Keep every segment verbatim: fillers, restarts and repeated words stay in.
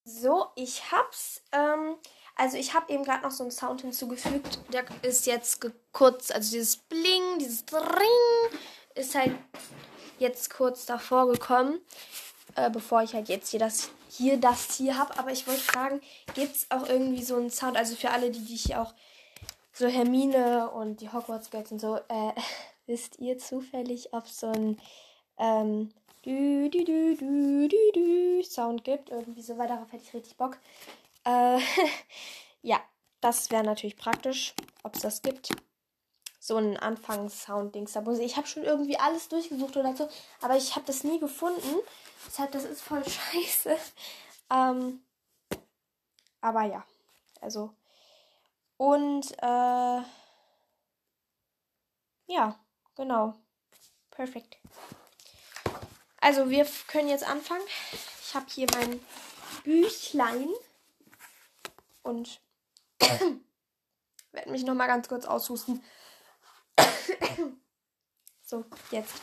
So, ich hab's. Ähm, also ich habe eben gerade noch so einen Sound hinzugefügt. Der ist jetzt ge- kurz, also dieses Bling, dieses Dring ist halt jetzt kurz davor gekommen, äh, bevor ich halt jetzt hier das hier das hier habe. Aber ich wollte fragen, gibt's auch irgendwie so einen Sound, also für alle, die, die hier auch so Hermine und die Hogwarts Girls und so, äh, wisst ihr zufällig, ob so ein ähm, dü, dü, dü, dü, dü, dü Sound gibt? Irgendwie so, weil darauf hätte ich richtig Bock. Äh, ja, das wäre natürlich praktisch, ob es das gibt. So ein Anfangssound-Dings. Da muss ich ich habe schon irgendwie alles durchgesucht oder so, aber ich habe das nie gefunden. Deshalb, das ist voll scheiße. Ähm, aber ja, also. Und, äh, ja, genau. Perfekt. Also, wir f- können jetzt anfangen. Ich habe hier mein Büchlein und werde mich nochmal ganz kurz aushusten. So, jetzt.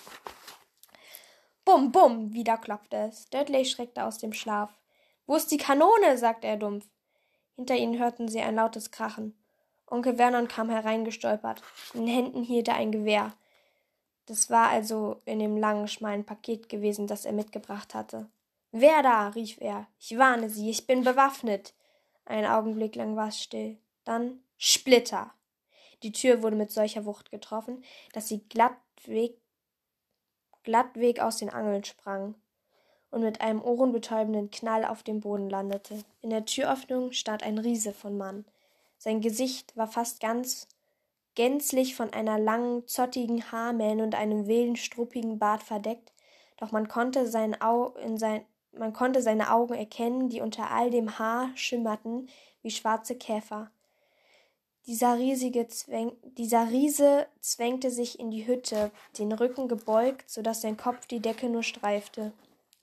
Bum, bum, wieder klopfte es. Dudley schreckte aus dem Schlaf. Wo ist die Kanone? Sagte er dumpf. Hinter ihnen hörten sie ein lautes Krachen. Onkel Vernon kam hereingestolpert. In den Händen hielt er ein Gewehr. Das war also in dem langen, schmalen Paket gewesen, das er mitgebracht hatte. »Wer da?« rief er. »Ich warne Sie, ich bin bewaffnet.« Einen Augenblick lang war es still. Dann Splitter. Die Tür wurde mit solcher Wucht getroffen, dass sie glattweg, glattweg aus den Angeln sprang und mit einem ohrenbetäubenden Knall auf dem Boden landete. In der Türöffnung stand ein Riese von Mann. Sein Gesicht war fast ganz gänzlich von einer langen, zottigen Haarmähne und einem wilden, struppigen Bart verdeckt, doch man konnte, sein Au in sein, man konnte seine Augen erkennen, die unter all dem Haar schimmerten wie schwarze Käfer. Dieser, riesige Zwäng, dieser Riese zwängte sich in die Hütte, den Rücken gebeugt, so daß sein Kopf die Decke nur streifte.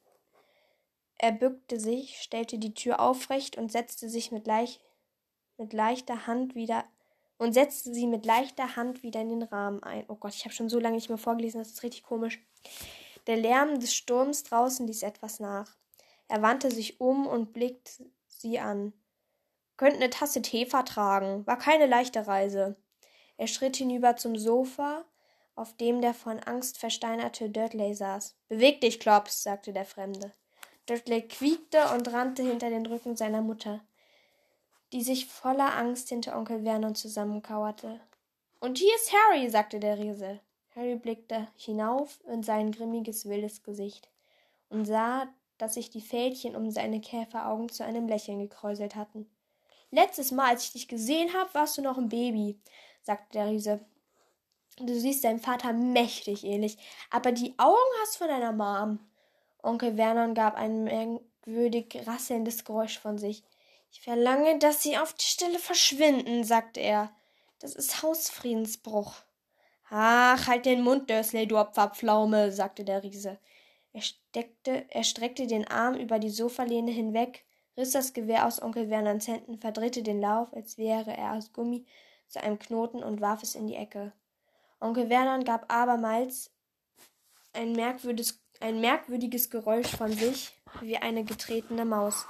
Er bückte sich, stellte die Tür aufrecht und setzte sich mit, leicht, mit leichter Hand wieder und setzte sie mit leichter Hand wieder in den Rahmen ein. Oh Gott, ich habe schon so lange nicht mehr vorgelesen, das ist richtig komisch. Der Lärm des Sturms draußen ließ etwas nach. Er wandte sich um und blickte sie an. »Könnt eine Tasse Tee vertragen. War keine leichte Reise.« Er schritt hinüber zum Sofa, auf dem der von Angst versteinerte Dudley saß. »Beweg dich, Klops«, sagte der Fremde. Dudley quiekte und rannte hinter den Rücken seiner Mutter, die sich voller Angst hinter Onkel Vernon zusammenkauerte. »Und hier ist Harry«, sagte der Riese. Harry blickte hinauf in sein grimmiges, wildes Gesicht und sah, dass sich die Fältchen um seine Käferaugen zu einem Lächeln gekräuselt hatten. »Letztes Mal, als ich dich gesehen habe, warst du noch ein Baby«, sagte der Riese. »Du siehst deinem Vater mächtig ähnlich, aber die Augen hast von deiner Mom.« Onkel Vernon gab ein merkwürdig rasselndes Geräusch von sich. »Ich verlange, dass Sie auf die Stelle verschwinden«, sagte er. »Das ist Hausfriedensbruch.« »Ach, halt den Mund, Dursley, du Opferpflaume«, sagte der Riese. Er, steckte, er streckte den Arm über die Sofalehne hinweg, riss das Gewehr aus Onkel Vernons Händen, verdrehte den Lauf, als wäre er aus Gummi, zu einem Knoten und warf es in die Ecke. Onkel Vernon gab abermals ein merkwürdiges, ein merkwürdiges Geräusch von sich, wie eine getretene Maus.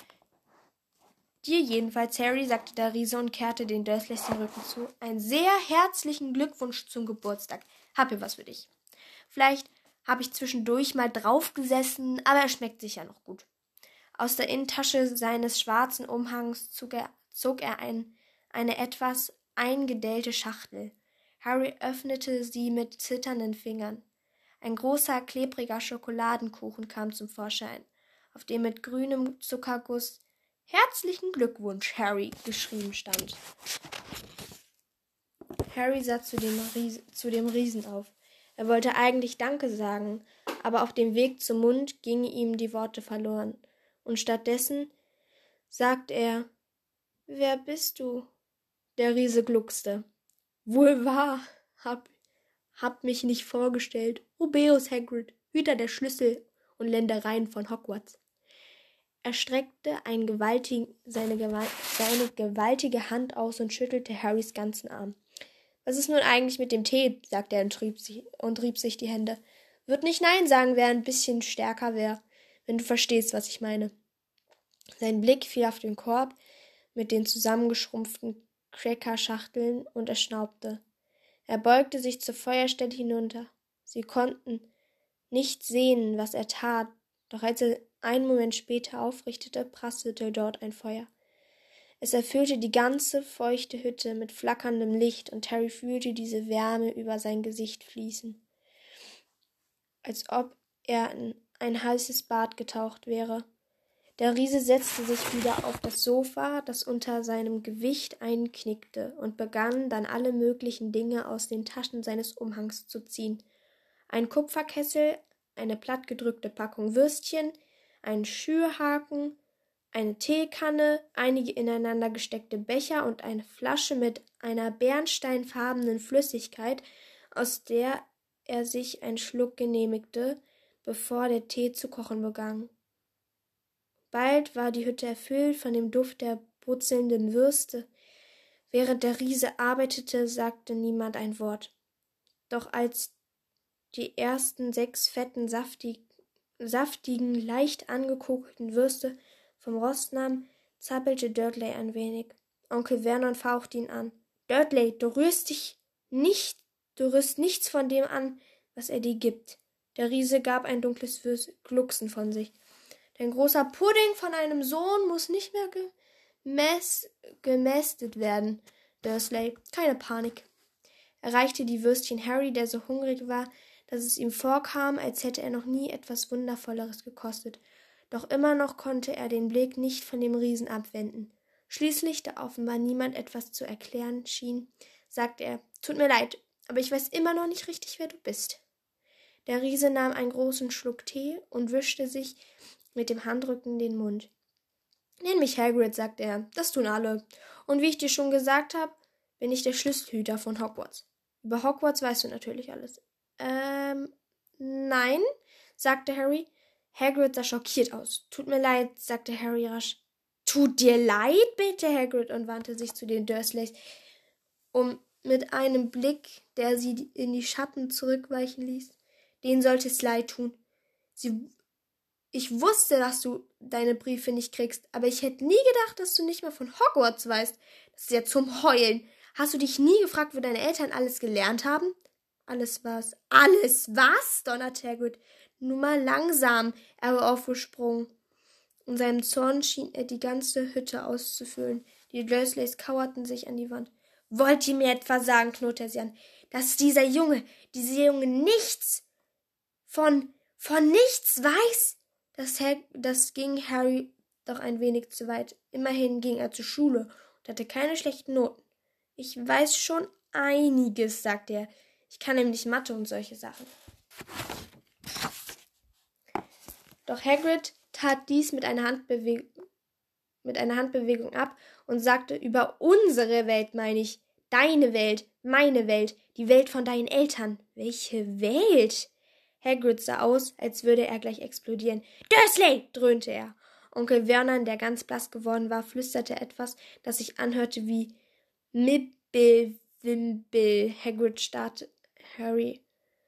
»Dir jedenfalls, Harry«, sagte der Riese und kehrte den Dursleys den Rücken zu. »Einen sehr herzlichen Glückwunsch zum Geburtstag. Hab hier was für dich. Vielleicht habe ich zwischendurch mal draufgesessen, aber er schmeckt sicher noch gut.« Aus der Innentasche seines schwarzen Umhangs zog er, zog er ein, eine etwas eingedellte Schachtel. Harry öffnete sie mit zitternden Fingern. Ein großer, klebriger Schokoladenkuchen kam zum Vorschein, auf dem mit grünem Zuckerguss »Herzlichen Glückwunsch, Harry« geschrieben stand. Harry sah zu dem, Ries- zu dem Riesen auf. Er wollte eigentlich Danke sagen, aber auf dem Weg zum Mund gingen ihm die Worte verloren, und stattdessen sagte er, »Wer bist du?« Der Riese gluckste. »Wohl wahr, hab, hab mich nicht vorgestellt. Rubeus Hagrid, Hüter der Schlüssel und Ländereien von Hogwarts.« Er streckte einen gewaltigen, seine, seine gewaltige Hand aus und schüttelte Harrys ganzen Arm. »Was ist nun eigentlich mit dem Tee?« sagte er und rieb sich, und rieb sich die Hände. »Würd nicht Nein sagen, wer ein bisschen stärker wäre, wenn du verstehst, was ich meine.« Sein Blick fiel auf den Korb mit den zusammengeschrumpften Crackerschachteln und er schnaubte. Er beugte sich zur Feuerstelle hinunter. Sie konnten nicht sehen, was er tat, doch als er einen Moment später aufrichtete, prasselte dort ein Feuer. Es erfüllte die ganze feuchte Hütte mit flackerndem Licht und Harry fühlte diese Wärme über sein Gesicht fließen, als ob er in ein heißes Bad getaucht wäre. Der Riese setzte sich wieder auf das Sofa, das unter seinem Gewicht einknickte, und begann dann alle möglichen Dinge aus den Taschen seines Umhangs zu ziehen. Ein Kupferkessel, eine plattgedrückte Packung Würstchen, einen Schürhaken, eine Teekanne, einige ineinander gesteckte Becher und eine Flasche mit einer bernsteinfarbenen Flüssigkeit, aus der er sich einen Schluck genehmigte, bevor der Tee zu kochen begann. Bald war die Hütte erfüllt von dem Duft der brutzelnden Würste. Während der Riese arbeitete, sagte niemand ein Wort. Doch als die ersten sechs fetten, saftig, saftigen, leicht angekokelten Würste vom Rost nahm, zappelte Dudley ein wenig. Onkel Vernon fauchte ihn an. »Dudley, du rührst dich nicht, du rührst nichts von dem an, was er dir gibt.« Der Riese gab ein dunkles Glucksen von sich. »Dein großer Pudding von einem Sohn muss nicht mehr gemäß, gemästet werden, Dursley. Keine Panik.« Er reichte die Würstchen Harry, der so hungrig war, dass es ihm vorkam, als hätte er noch nie etwas Wundervolleres gekostet. Doch immer noch konnte er den Blick nicht von dem Riesen abwenden. Schließlich, da offenbar niemand etwas zu erklären schien, sagte er, »Tut mir leid, aber ich weiß immer noch nicht richtig, wer du bist.« Der Riese nahm einen großen Schluck Tee und wischte sich mit dem Handrücken den Mund. »Nenn mich Hagrid«, sagte er, »das tun alle. Und wie ich dir schon gesagt habe, bin ich der Schlüsselhüter von Hogwarts. Über Hogwarts weißt du natürlich alles.« Ähm, nein«, sagte Harry. Hagrid sah schockiert aus. »Tut mir leid«, sagte Harry rasch. »Tut dir leid?«, bete Hagrid und wandte sich zu den Dursleys, um mit einem Blick, der sie in die Schatten zurückweichen ließ. »Denen sollte es leid tun. Sie, ich wusste, dass du deine Briefe nicht kriegst, aber ich hätte nie gedacht, dass du nicht mehr von Hogwarts weißt. Das ist ja zum Heulen. Hast du dich nie gefragt, wo deine Eltern alles gelernt haben?« »Alles was?« »Alles was?«, donnerte Hagrid. »Nur mal langsam.« Er war aufgesprungen. In seinem Zorn schien er die ganze Hütte auszufüllen. Die Dursleys kauerten sich an die Wand. »Wollt ihr mir etwa sagen«, knurrte er sie an, »dass dieser Junge, dieser Junge nichts von, von nichts weiß?« Das, das ging Harry doch ein wenig zu weit. Immerhin ging er zur Schule und hatte keine schlechten Noten. »Ich weiß schon einiges«, sagte er. »Ich kann nämlich Mathe und solche Sachen.« Doch Hagrid tat dies mit einer Handbewegung, mit einer Handbewegung ab und sagte, »Über unsere Welt meine ich. Deine Welt, meine Welt, die Welt von deinen Eltern.« »Welche Welt?« Hagrid sah aus, als würde er gleich explodieren. »Dursley«, dröhnte er. Onkel Vernon, der ganz blass geworden war, flüsterte etwas, das sich anhörte wie Mibbelwimbel. Hagrid starrte Harry,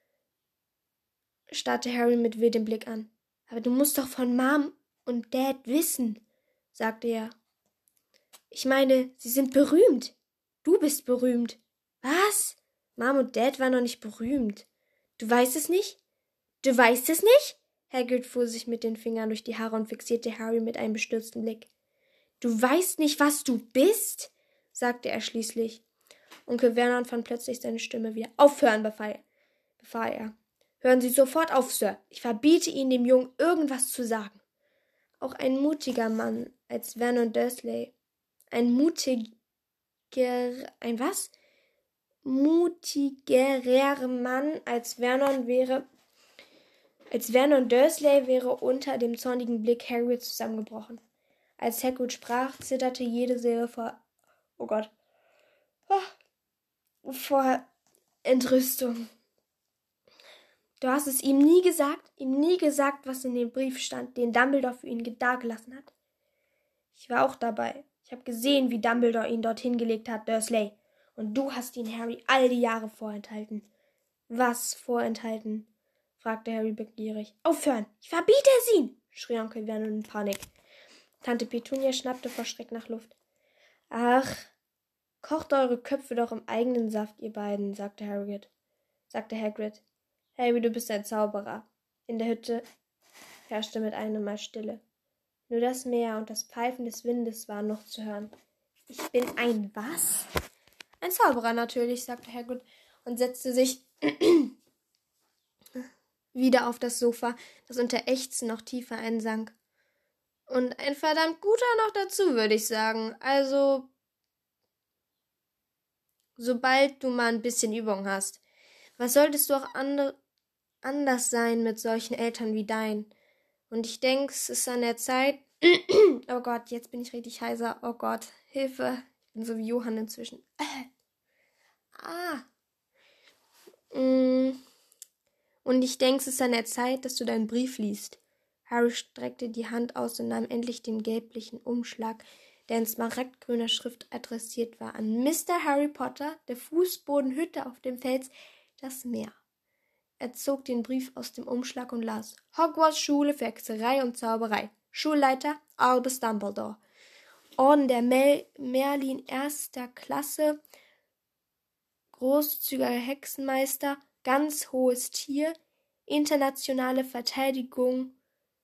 starrte Harry mit wildem Blick an. »Aber du musst doch von Mom und Dad wissen«, sagte er. »Ich meine, sie sind berühmt. Du bist berühmt.« »Was? Mom und Dad waren noch nicht berühmt. Du weißt es nicht? Du weißt es nicht?« Hagrid fuhr sich mit den Fingern durch die Haare und fixierte Harry mit einem bestürzten Blick. »Du weißt nicht, was du bist?«, sagte er schließlich. Onkel Vernon fand plötzlich seine Stimme wieder. »Aufhören«, befahl, befahl er. »Hören Sie sofort auf, Sir. Ich verbiete Ihnen, dem Jungen irgendwas zu sagen.« Auch ein mutiger Mann als Vernon Dursley, ein mutiger, ein was? Mutigerer Mann als Vernon wäre, als Vernon Dursley wäre unter dem zornigen Blick Hagrids zusammengebrochen. Als Hagrid sprach, zitterte jede Seele vor, oh Gott, oh, vor Entrüstung. »Du hast es ihm nie gesagt, ihm nie gesagt, was in dem Brief stand, den Dumbledore für ihn dagelassen hat.« »Ich war auch dabei. Ich habe gesehen, wie Dumbledore ihn dorthin gelegt hat, Dursley. Und du hast ihn Harry all die Jahre vorenthalten.« »Was vorenthalten?«, fragte Harry begierig. »Aufhören! Ich verbiete es ihm!« schrie Onkel Vernon in Panik. Tante Petunia schnappte vor Schreck nach Luft. »Ach, kocht eure Köpfe doch im eigenen Saft, ihr beiden«, sagte Hagrid. sagte Hagrid. »Harry, du bist ein Zauberer.« In der Hütte herrschte mit einem Mal Stille. Nur das Meer und das Pfeifen des Windes waren noch zu hören. »Ich bin ein was?« »Ein Zauberer natürlich«, sagte Hagrid und setzte sich wieder auf das Sofa, das unter Ächzen noch tiefer einsank. »Und ein verdammt guter noch dazu, würde ich sagen. Also, sobald du mal ein bisschen Übung hast. Was solltest du auch andre- anders sein mit solchen Eltern wie dein? Und ich denke, es ist an der Zeit...« Oh Gott, jetzt bin ich richtig heiser. Oh Gott, Hilfe. Ich bin so wie Johann inzwischen. Ah. Mm. Und ich denke, es ist an der Zeit, dass du deinen Brief liest. Harry streckte die Hand aus und nahm endlich den gelblichen Umschlag, der in smaragdgrüner Schrift adressiert war, an Mister Harry Potter, der Fußbodenhütte auf dem Fels, das Meer. Er zog den Brief aus dem Umschlag und las: Hogwarts Schule für Hexerei und Zauberei. Schulleiter Albus Dumbledore. Orden der Mel- Merlin erster Klasse. Großzügiger Hexenmeister. Ganz hohes Tier. Internationale Verteidigung.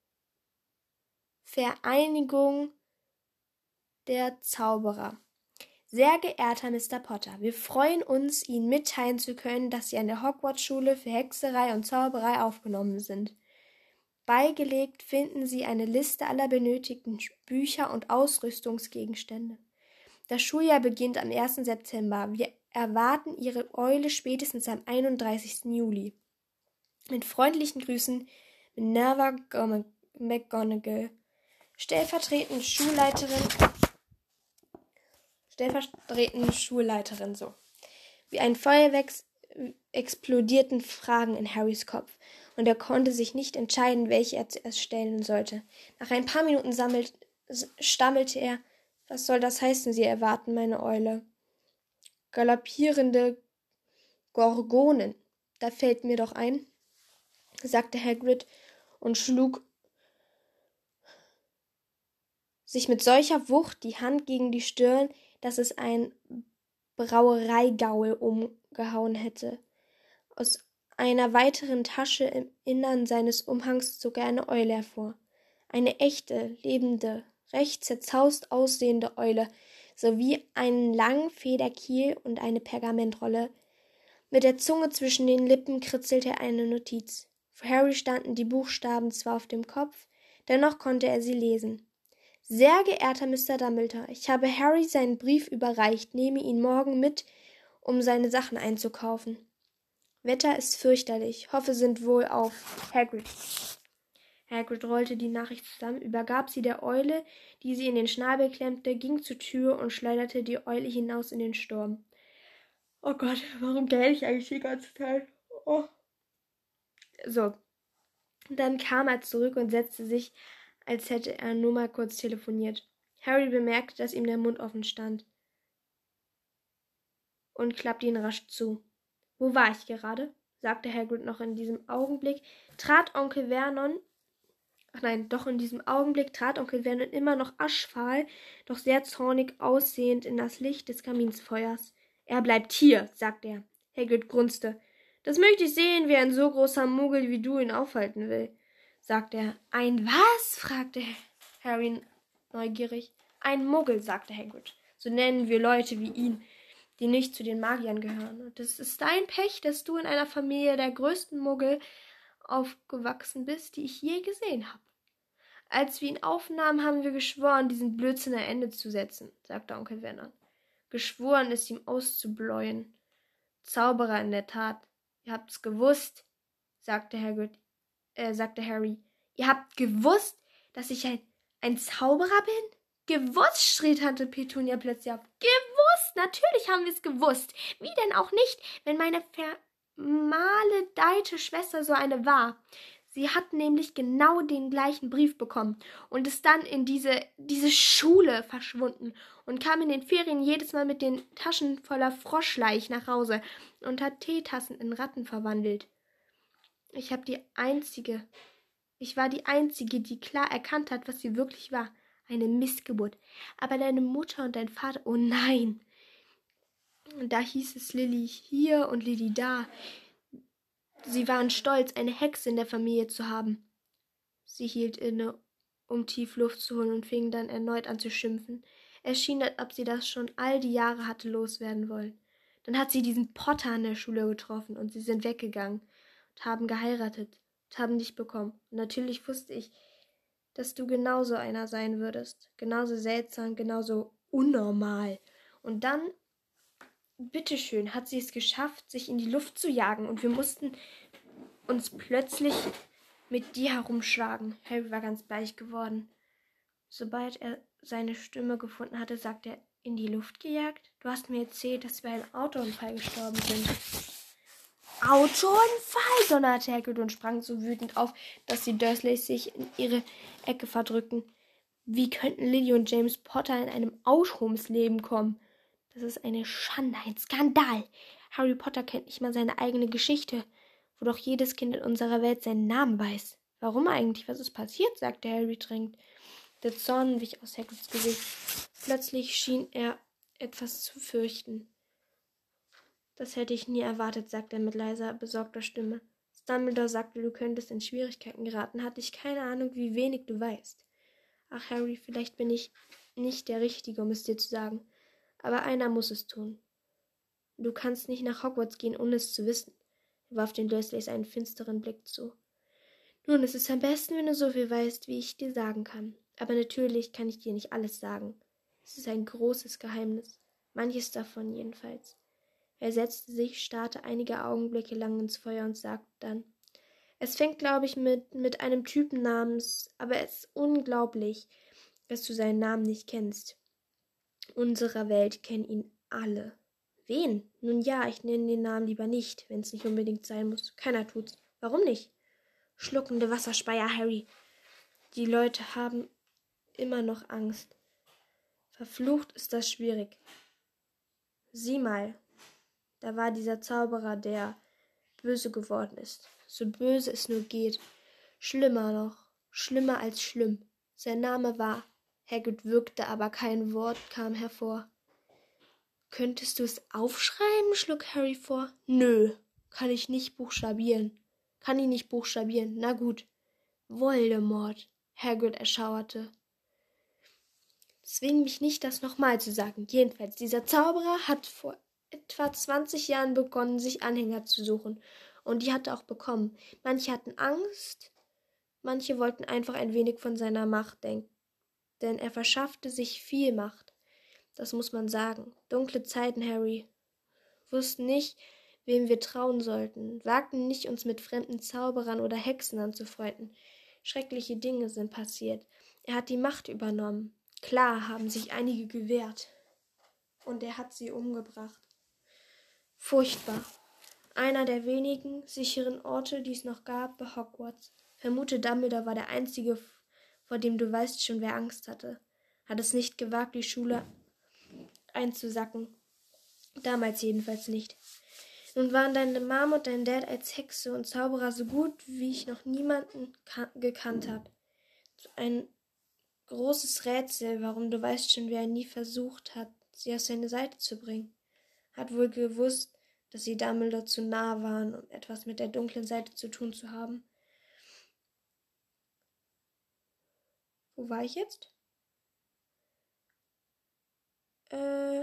Vereinigung der Zauberer. Sehr geehrter Mister Potter, wir freuen uns, Ihnen mitteilen zu können, dass Sie an der Hogwarts-Schule für Hexerei und Zauberei aufgenommen sind. Beigelegt finden Sie eine Liste aller benötigten Bücher und Ausrüstungsgegenstände. Das Schuljahr beginnt am ersten September. Wir erwarten Ihre Eule spätestens am einunddreißigsten Juli. Mit freundlichen Grüßen, Minerva McGonagall, stellvertretende Schulleiterin, stellvertretende Schulleiterin, so. Wie ein Feuerwerk explodierten Fragen in Harrys Kopf, und er konnte sich nicht entscheiden, welche er zuerst stellen sollte. Nach ein paar Minuten sammelt, stammelte er: Was soll das heißen, Sie erwarten meine Eule? Galoppierende Gorgonen. Da fällt mir doch ein, sagte Hagrid und schlug sich mit solcher Wucht die Hand gegen die Stirn, dass es ein Brauereigaul umgehauen hätte. Aus einer weiteren Tasche im Innern seines Umhangs zog er eine Eule hervor. Eine echte, lebende, recht zerzaust aussehende Eule, sowie einen langen Federkiel und eine Pergamentrolle. Mit der Zunge zwischen den Lippen kritzelte er eine Notiz. Für Harry standen die Buchstaben zwar auf dem Kopf, dennoch konnte er sie lesen. Sehr geehrter Mister Dumbledore, ich habe Harry seinen Brief überreicht, nehme ihn morgen mit, um seine Sachen einzukaufen. Wetter ist fürchterlich, hoffe sind wohl auf Hagrid. Hagrid rollte die Nachricht zusammen, übergab sie der Eule, die sie in den Schnabel klemmte, ging zur Tür und schleuderte die Eule hinaus in den Sturm. Oh Gott, warum gähne ich eigentlich die ganze Zeit? Oh. So, dann kam er zurück und setzte sich, als hätte er nur mal kurz telefoniert. Harry bemerkte, dass ihm der Mund offen stand und klappte ihn rasch zu. »Wo war ich gerade?« sagte Hagrid noch in diesem Augenblick, trat Onkel Vernon, ach nein, doch in diesem Augenblick trat Onkel Vernon immer noch aschfahl, doch sehr zornig aussehend in das Licht des Kaminsfeuers. »Er bleibt hier«, sagte er. Hagrid grunzte. »Das möchte ich sehen, wie ein so großer Muggel wie du ihn aufhalten will«, sagte er. »Ein was?« fragte Harry neugierig. »Ein Muggel«, sagte Hagrid. »So nennen wir Leute wie ihn, die nicht zu den Magiern gehören. Und es ist dein Pech, dass du in einer Familie der größten Muggel aufgewachsen bist, die ich je gesehen habe. Als wir ihn aufnahmen, haben wir geschworen, diesen Blödsinn ein Ende zu setzen«, sagte Onkel Vernon. »Geschworen, es ihm auszubläuen. Zauberer in der Tat. Ihr habt's gewusst«, sagte Hagrid, äh, sagte Harry. »Ihr habt gewusst, dass ich ein, ein Zauberer bin?« »Gewusst«, schrie Tante Petunia plötzlich auf. »Gewusst, natürlich haben wir es gewusst. Wie denn auch nicht, wenn meine vermaledeite Schwester so eine war. Sie hat nämlich genau den gleichen Brief bekommen und ist dann in diese, diese Schule verschwunden und kam in den Ferien jedes Mal mit den Taschen voller Froschleich nach Hause und hat Teetassen in Ratten verwandelt. Ich habe die einzige, ich war die Einzige, die klar erkannt hat, was sie wirklich war. Eine Missgeburt. Aber deine Mutter und dein Vater, oh nein. Und da hieß es Lily hier und Lily da. Sie waren stolz, eine Hexe in der Familie zu haben. Sie hielt inne, um tief Luft zu holen und fing dann erneut an zu schimpfen. Es schien, als ob sie das schon all die Jahre hatte loswerden wollen. Dann hat sie diesen Potter an der Schule getroffen und sie sind weggegangen und haben geheiratet und haben dich bekommen. Und natürlich wusste ich, dass du genauso einer sein würdest. Genauso seltsam, genauso unnormal. Und dann, bitteschön, hat sie es geschafft, sich in die Luft zu jagen und wir mussten uns plötzlich mit dir herumschlagen. Harry war ganz bleich geworden. Sobald er seine Stimme gefunden hatte, sagte er, in die Luft gejagt? Du hast mir erzählt, dass wir bei einem Autounfall gestorben sind. Autounfall, donnerte Hagrid und sprang so wütend auf, dass die Dursleys sich in ihre Ecke verdrückten. Wie könnten Lily und James Potter in einem Auto ums Leben kommen? Das ist eine Schande, ein Skandal. Harry Potter kennt nicht mal seine eigene Geschichte, wo doch jedes Kind in unserer Welt seinen Namen weiß. Warum eigentlich? Was ist passiert? Sagte Harry drängend. Der Zorn wich aus Hagrids Gesicht. Plötzlich schien er etwas zu fürchten. Das hätte ich nie erwartet, sagte er mit leiser, besorgter Stimme. Als Dumbledore sagte, du könntest in Schwierigkeiten geraten, hatte ich keine Ahnung, wie wenig du weißt. Ach, Harry, vielleicht bin ich nicht der Richtige, um es dir zu sagen. Aber einer muss es tun. Du kannst nicht nach Hogwarts gehen, ohne es zu wissen. Er warf den Dursleys einen finsteren Blick zu. Nun, es ist am besten, wenn du so viel weißt, wie ich dir sagen kann. Aber natürlich kann ich dir nicht alles sagen. Es ist ein großes Geheimnis. Manches davon jedenfalls. Er setzte sich, starrte einige Augenblicke lang ins Feuer und sagte dann, es fängt, glaube ich, mit, mit einem Typen namens, aber es ist unglaublich, dass du seinen Namen nicht kennst. Unserer Welt kennen ihn alle. Wen? Nun ja, ich nenne den Namen lieber nicht, wenn es nicht unbedingt sein muss. Keiner tut's. Warum nicht? Schluckende Wasserspeier, Harry. Die Leute haben immer noch Angst. Verflucht ist das schwierig. Sieh mal, da war dieser Zauberer, der böse geworden ist. So böse es nur geht. Schlimmer noch. Schlimmer als schlimm. Sein Name war. Hagrid würgte, aber kein Wort kam hervor. Könntest du es aufschreiben? Schlug Harry vor. Nö, kann ich nicht buchstabieren. Kann ich nicht buchstabieren. Na gut. Voldemort. Hagrid erschauerte. Zwing mich nicht, das nochmal zu sagen. Jedenfalls, dieser Zauberer hat vor etwa zwanzig Jahren begonnen, sich Anhänger zu suchen. Und die hat er auch bekommen. Manche hatten Angst, manche wollten einfach ein wenig von seiner Macht denken. Denn er verschaffte sich viel Macht. Das muss man sagen. Dunkle Zeiten, Harry. Wussten nicht, wem wir trauen sollten. Wagten nicht, uns mit fremden Zauberern oder Hexen anzufreunden. Schreckliche Dinge sind passiert. Er hat die Macht übernommen. Klar haben sich einige gewehrt. Und er hat sie umgebracht. Furchtbar. Einer der wenigen sicheren Orte, die es noch gab, war Hogwarts. Vermute Dumbledore war der einzige, vor dem du weißt schon, wer Angst hatte. Hat es nicht gewagt, die Schule einzusacken. Damals jedenfalls nicht. Nun waren deine Mom und dein Dad als Hexe und Zauberer so gut, wie ich noch niemanden ka- gekannt habe. Ein großes Rätsel, warum du weißt schon, wer nie versucht hat, sie auf seine Seite zu bringen. Hat wohl gewusst, dass sie Dumbledore zu nah waren, um etwas mit der dunklen Seite zu tun zu haben. Wo war ich jetzt? Äh,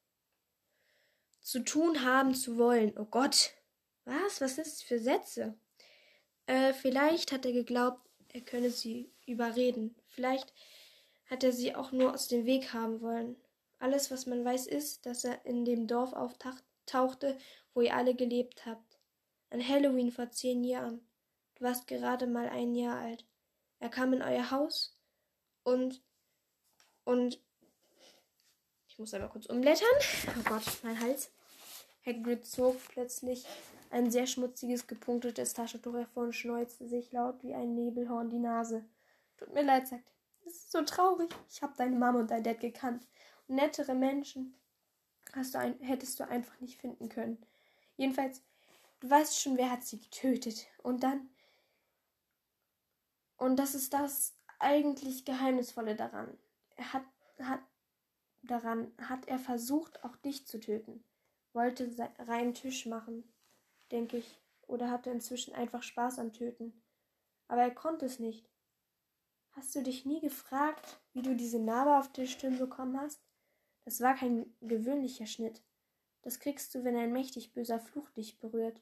zu tun haben zu wollen. Oh Gott. Was? Was ist das für Sätze? Äh, vielleicht hat er geglaubt, er könne sie überreden. Vielleicht hat er sie auch nur aus dem Weg haben wollen. Alles, was man weiß, ist, dass er in dem Dorf auftauchte, wo ihr alle gelebt habt. An Halloween vor zehn Jahren. Du warst gerade mal ein Jahr alt. Er kam in euer Haus und, und, ich muss einmal kurz umblättern. Oh Gott, mein Hals. Hagrid zog plötzlich ein sehr schmutziges, gepunktetes Taschentuch hervor und schneuzte sich laut wie ein Nebelhorn die Nase. Tut mir leid, sagt er. Das ist so traurig. Ich habe deine Mama und dein Dad gekannt. Und nettere Menschen hast du ein, hättest du einfach nicht finden können. Jedenfalls, du weißt schon, wer hat sie getötet. Und dann, und das ist das eigentlich Geheimnisvolle daran. er hat, hat daran hat er versucht, auch dich zu töten. Wollte reinen Tisch machen, denke ich. Oder hatte inzwischen einfach Spaß am Töten. Aber er konnte es nicht. Hast du dich nie gefragt, wie du diese Narbe auf der Stirn bekommen hast? Das war kein gewöhnlicher Schnitt. Das kriegst du, wenn ein mächtig böser Fluch dich berührt.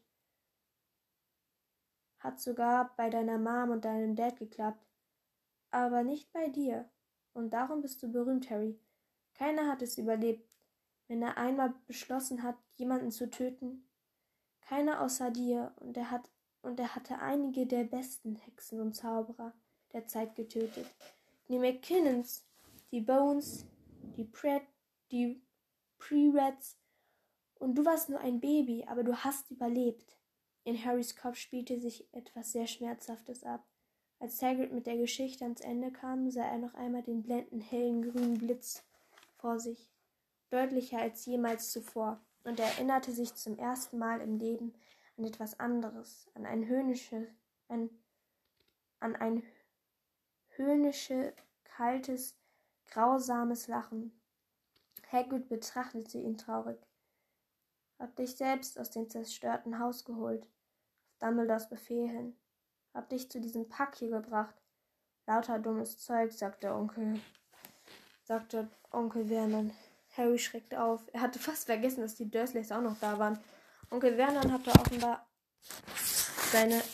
Hat sogar bei deiner Mom und deinem Dad geklappt. Aber nicht bei dir. Und darum bist du berühmt, Harry. Keiner hat es überlebt, wenn er einmal beschlossen hat, jemanden zu töten. Keiner außer dir. Und er hat, und er hatte einige der besten Hexen und Zauberer der Zeit getötet. Die McKinnons, die Bones, die Pratt, die Prerats. Und du warst nur ein Baby, aber du hast überlebt. In Harrys Kopf spielte sich etwas sehr Schmerzhaftes ab. Als Hagrid mit der Geschichte ans Ende kam, sah er noch einmal den blendenden hellen grünen Blitz vor sich, deutlicher als jemals zuvor, und er erinnerte sich zum ersten Mal im Leben an etwas anderes, an ein höhnisches, an, an ein höhnisches, kaltes, grausames Lachen. Hagrid betrachtete ihn traurig. Hab dich selbst aus dem zerstörten Haus geholt, auf Dumbledores Befehl hin. Hab dich zu diesem Pack hier gebracht. Lauter dummes Zeug, sagte Onkel, sagte Onkel Vernon. Harry schreckte auf. Er hatte fast vergessen, dass die Dursleys auch noch da waren. Onkel Vernon hatte offenbar seine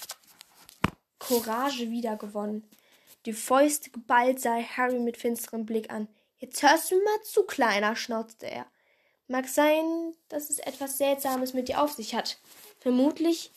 Courage wiedergewonnen. Die Fäuste geballt sah Harry mit finsterem Blick an. Jetzt hörst du mal zu, Kleiner, schnauzte er. Mag sein, dass es etwas Seltsames mit dir auf sich hat. Vermutlich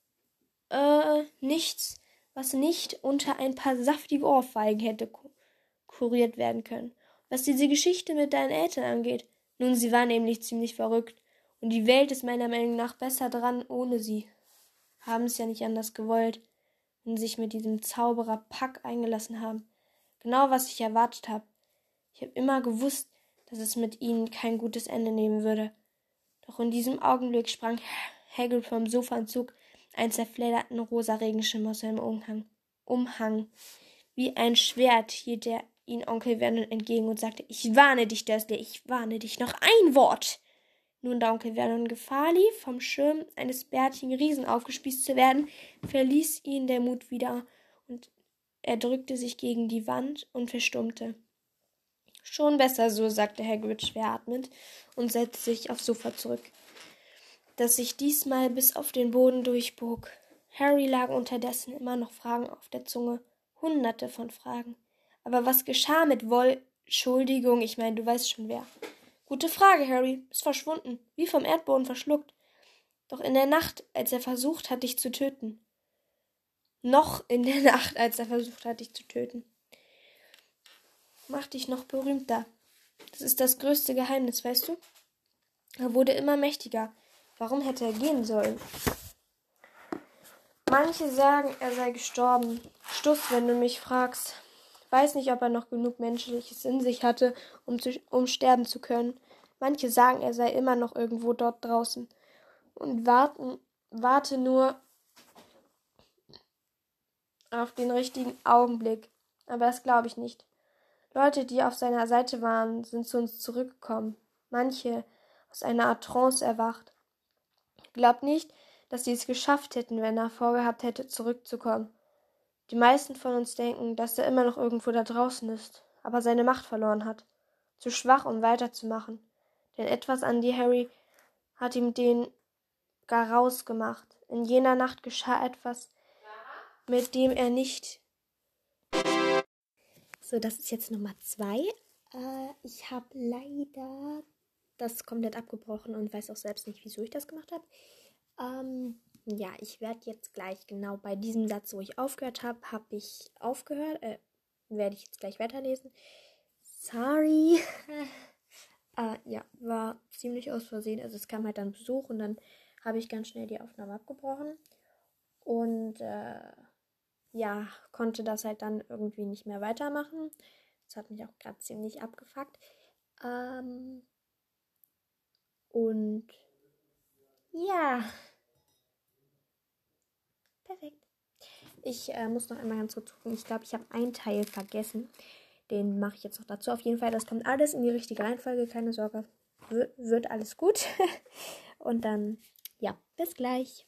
äh, nichts, was nicht unter ein paar saftige Ohrfeigen hätte kuriert werden können. Was diese Geschichte mit deinen Eltern angeht, nun, sie war nämlich ziemlich verrückt. Und die Welt ist meiner Meinung nach besser dran ohne sie. Haben es ja nicht anders gewollt, wenn sie sich mit diesem Zauberer Pack eingelassen haben. Genau, was ich erwartet habe. Ich habe immer gewusst, dass es mit ihnen kein gutes Ende nehmen würde. Doch in diesem Augenblick sprang Hagrid vom Sofa und zog einen zerfledderten rosa Regenschirm aus seinem Umhang. Umhang. Wie ein Schwert hielt er ihn Onkel Vernon entgegen und sagte, ich warne dich, Dursley, ich warne dich, noch ein Wort. Nun, da Onkel Vernon Gefahr lief, vom Schirm eines bärtigen Riesen aufgespießt zu werden, verließ ihn der Mut wieder und er drückte sich gegen die Wand und verstummte. Schon besser so, sagte Hagrid schwer atmend und setzte sich aufs Sofa zurück, das sich diesmal bis auf den Boden durchbog. Harry lag unterdessen immer noch Fragen auf der Zunge, hunderte von Fragen. Aber was geschah mit Woll... Entschuldigung, ich meine, du weißt schon wer. Gute Frage, Harry. Ist verschwunden, wie vom Erdboden verschluckt. Doch in der Nacht, als er versucht hat, dich zu töten. Noch in der Nacht, als er versucht hat, dich zu töten. Mach dich noch berühmter. Das ist das größte Geheimnis, weißt du? Er wurde immer mächtiger. Warum hätte er gehen sollen? Manche sagen, er sei gestorben. Stuss, wenn du mich fragst. Weiß nicht, ob er noch genug Menschliches in sich hatte, um, zu, um sterben zu können. Manche sagen, er sei immer noch irgendwo dort draußen und warten, warte nur auf den richtigen Augenblick. Aber das glaube ich nicht. Leute, die auf seiner Seite waren, sind zu uns zurückgekommen. Manche aus einer Art Trance erwacht. Glaubt nicht, dass sie es geschafft hätten, wenn er vorgehabt hätte, zurückzukommen. Die meisten von uns denken, dass er immer noch irgendwo da draußen ist, aber seine Macht verloren hat. Zu schwach, um weiterzumachen. Denn etwas an dir, Harry, hat ihm den gar rausgemacht. In jener Nacht geschah etwas, mit dem er nicht... So, das ist jetzt Nummer zwei. Äh, ich habe leider das komplett abgebrochen und weiß auch selbst nicht, wieso ich das gemacht habe. Ähm... Ja, ich werde jetzt gleich genau bei diesem Satz, wo ich aufgehört habe, habe ich aufgehört. Äh, werde ich jetzt gleich weiterlesen. Sorry. äh, ja, war ziemlich aus Versehen. Also es kam halt dann Besuch und dann habe ich ganz schnell die Aufnahme abgebrochen. Und äh, ja, konnte das halt dann irgendwie nicht mehr weitermachen. Das hat mich auch gerade ziemlich abgefuckt. Ähm, und ja... Perfekt. Ich äh, muss noch einmal ganz kurz gucken. Ich glaube, ich habe einen Teil vergessen. Den mache ich jetzt noch dazu. Auf jeden Fall, das kommt alles in die richtige Reihenfolge. Keine Sorge, w- wird alles gut. Und dann, ja, bis gleich.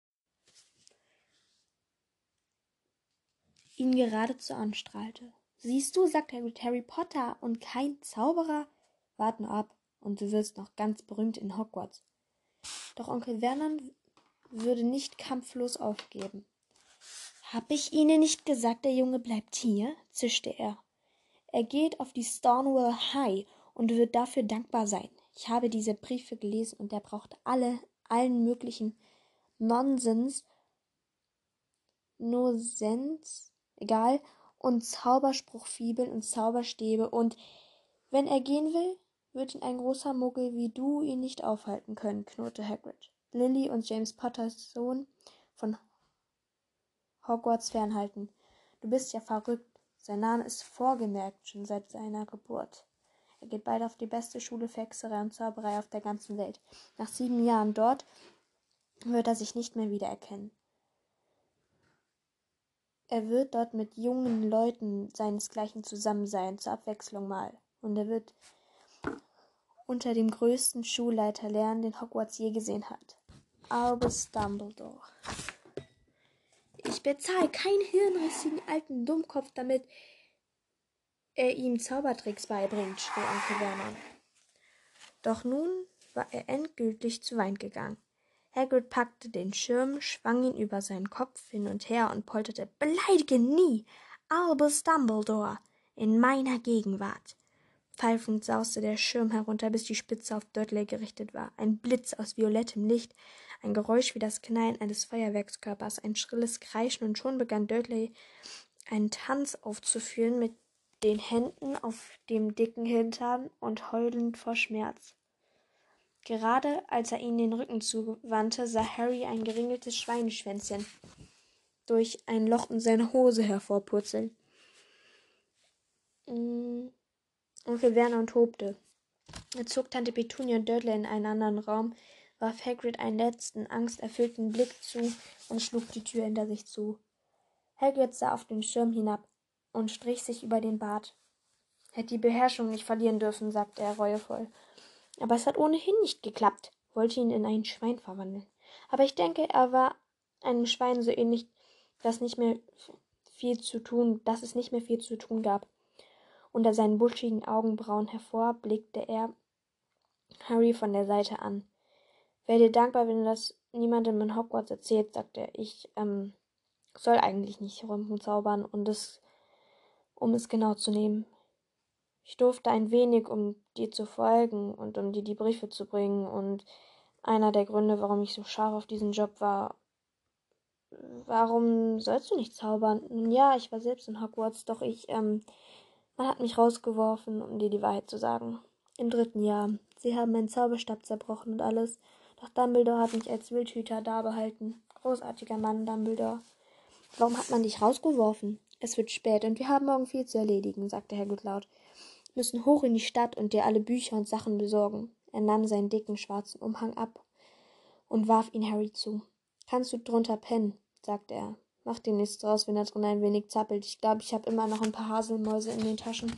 Ihn geradezu anstrahlte. Siehst du, sagte Harry, Harry Potter und kein Zauberer? Wart nur ab, und du wirst noch ganz berühmt in Hogwarts. Doch Onkel Vernon würde nicht kampflos aufgeben. Hab ich Ihnen nicht gesagt, der Junge bleibt hier? Zischte er. Er geht auf die Stornwell High und wird dafür dankbar sein. Ich habe diese Briefe gelesen und er braucht alle, allen möglichen Nonsens, Nosens, egal, und Zauberspruchfibeln und Zauberstäbe und wenn er gehen will, wird ihn ein großer Muggel wie du ihn nicht aufhalten können, knurrte Hagrid. Lily und James Potters Sohn von Hogwarts fernhalten. Du bist ja verrückt. Sein Name ist vorgemerkt, schon seit seiner Geburt. Er geht bald auf die beste Schule für Hexerei und Zauberei auf der ganzen Welt. Nach sieben Jahren dort wird er sich nicht mehr wiedererkennen. Er wird dort mit jungen Leuten seinesgleichen zusammen sein, zur Abwechslung mal. Und er wird unter dem größten Schulleiter lernen, den Hogwarts je gesehen hat. Albus Dumbledore. Ich bezahle keinen hirnrissigen alten Dummkopf, damit er ihm Zaubertricks beibringt, schrie Onkel Vernon. Doch nun war er endgültig zu weit gegangen. Hagrid packte den Schirm, schwang ihn über seinen Kopf hin und her und polterte: »Beleidige nie Albus Dumbledore in meiner Gegenwart!« Pfeifend sauste der Schirm herunter, bis die Spitze auf Dudley gerichtet war. Ein Blitz aus violettem Licht, ein Geräusch wie das Knallen eines Feuerwerkskörpers, ein schrilles Kreischen, und schon begann Dudley einen Tanz aufzuführen mit den Händen auf dem dicken Hintern und heulend vor Schmerz. Gerade als er ihnen den Rücken zuwandte, sah Harry ein geringeltes Schweineschwänzchen durch ein Loch in seine Hose hervorpurzeln. Mm. Onkel Vernon tobte. Er zog Tante Petunia und Dudley in einen anderen Raum, warf Hagrid einen letzten, angsterfüllten Blick zu und schlug die Tür hinter sich zu. Hagrid sah auf den Schirm hinab und strich sich über den Bart. »Hätte die Beherrschung nicht verlieren dürfen«, sagte er reuevoll. »Aber es hat ohnehin nicht geklappt«, wollte ihn in ein Schwein verwandeln. Aber ich denke, er war einem Schwein so ähnlich, dass nicht mehr viel zu tun, dass es nicht mehr viel zu tun gab. Unter seinen buschigen Augenbrauen hervor blickte er Harry von der Seite an. »Wäre dir dankbar, wenn du das niemandem in Hogwarts erzählst«, sagte er. »Ich, ähm, soll eigentlich nicht rumzaubern, und es, um es genau zu nehmen. Ich durfte ein wenig, um dir zu folgen und um dir die Briefe zu bringen, und einer der Gründe, warum ich so scharf auf diesen Job war. Warum sollst du nicht zaubern? Nun ja, ich war selbst in Hogwarts, doch ich, ähm, man hat mich rausgeworfen, um dir die Wahrheit zu sagen. Im dritten Jahr. Sie haben meinen Zauberstab zerbrochen und alles, doch Dumbledore hat mich als Wildhüter dabehalten. Großartiger Mann, Dumbledore. Warum hat man dich rausgeworfen? Es wird spät und wir haben morgen viel zu erledigen, sagte Hagrid laut. Wir müssen hoch in die Stadt und dir alle Bücher und Sachen besorgen. Er nahm seinen dicken schwarzen Umhang ab und warf ihn Harry zu. Kannst du drunter pennen, sagte er. Mach dir nichts draus, wenn er drin ein wenig zappelt. Ich glaube, ich habe immer noch ein paar Haselmäuse in den Taschen.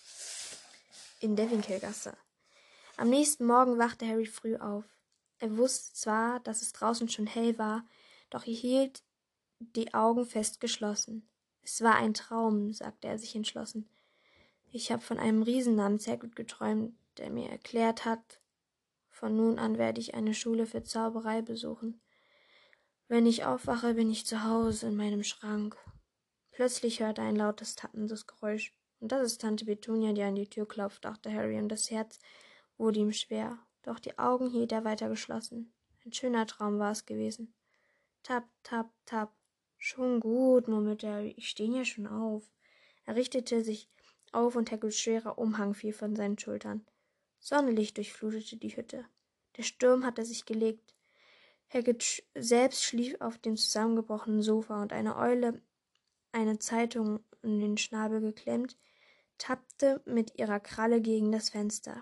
In der Winkelgasse. Am nächsten Morgen wachte Harry früh auf. Er wusste zwar, dass es draußen schon hell war, doch er hielt die Augen fest geschlossen. Es war ein Traum, sagte er sich entschlossen. Ich habe von einem Riesen namens Hagrid geträumt, der mir erklärt hat, von nun an werde ich eine Schule für Zauberei besuchen. Wenn ich aufwache, bin ich zu Hause in meinem Schrank. Plötzlich hörte er ein lautes, tappendes Geräusch. Und das ist Tante Petunia, die an die Tür klopft, dachte Harry, und das Herz wurde ihm schwer. Doch die Augen hielt er weiter geschlossen. Ein schöner Traum war es gewesen. Tap, tap, tap. Schon gut, murmelte Harry. Ich stehe ja schon auf. Er richtete sich auf und Hagrids schwerer Umhang fiel von seinen Schultern. Sonnenlicht durchflutete die Hütte. Der Sturm hatte sich gelegt. Hagrid sch- selbst schlief auf dem zusammengebrochenen Sofa und eine Eule, eine Zeitung in den Schnabel geklemmt, tappte mit ihrer Kralle gegen das Fenster.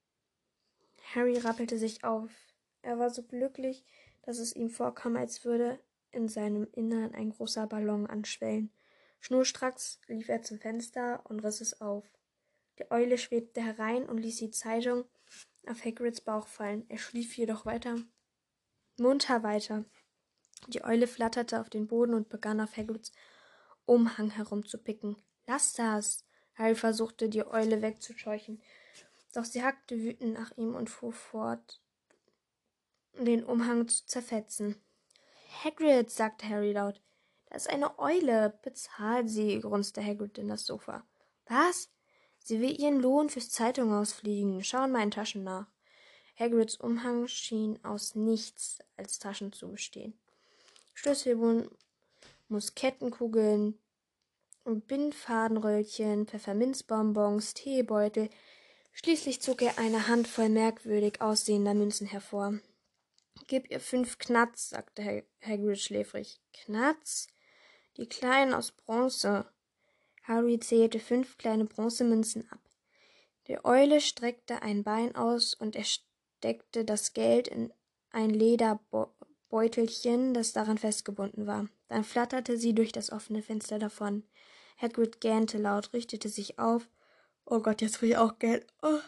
Harry rappelte sich auf. Er war so glücklich, dass es ihm vorkam, als würde in seinem Innern ein großer Ballon anschwellen. Schnurstracks lief er zum Fenster und riss es auf. Die Eule schwebte herein und ließ die Zeitung auf Hagrids Bauch fallen. Er schlief jedoch weiter, munter weiter. Die Eule flatterte auf den Boden und begann auf Hagrids Umhang herumzupicken. »Lass das!« Harry versuchte, die Eule wegzuscheuchen, doch sie hackte wütend nach ihm und fuhr fort, den Umhang zu zerfetzen. »Hagrid«, sagte Harry laut, »da ist eine Eule. Bezahl sie«, grunzte Hagrid in das Sofa. »Was? Sie will ihren Lohn fürs Zeitung ausfliegen. Schau in meinen Taschen nach.« Hagrids Umhang schien aus nichts als Taschen zu bestehen. Schlüsselbund, Muskettenkugeln, Bindfadenröllchen, Pfefferminzbonbons, Teebeutel. Schließlich zog er eine Handvoll merkwürdig aussehender Münzen hervor. »Gib ihr fünf Knatz«, sagte Hag- Hagrid schläfrig. »Knatz? Die kleinen aus Bronze.« Harry zählte fünf kleine Bronzemünzen ab. Die Eule streckte ein Bein aus und er steckte das Geld in ein Lederbeutelchen, das daran festgebunden war. Dann flatterte sie durch das offene Fenster davon. Hagrid gähnte laut, richtete sich auf. »Oh Gott, jetzt will ich auch Geld.« Oh.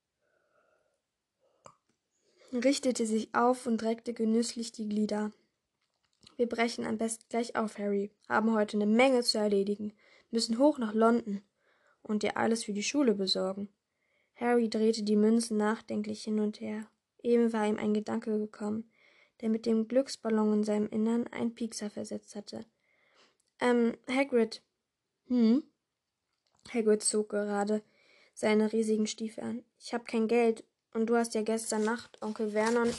richtete sich auf und reckte genüsslich die Glieder. »Wir brechen am besten gleich auf, Harry. Haben heute eine Menge zu erledigen. Müssen hoch nach London und dir alles für die Schule besorgen.« Harry drehte die Münzen nachdenklich hin und her. Eben war ihm ein Gedanke gekommen, der mit dem Glücksballon in seinem Innern einen Piekser versetzt hatte. »Ähm, Hagrid.« »Hm?« Hagrid zog gerade seine riesigen Stiefel an. »Ich hab kein Geld, und du hast ja gestern Nacht Onkel Vernon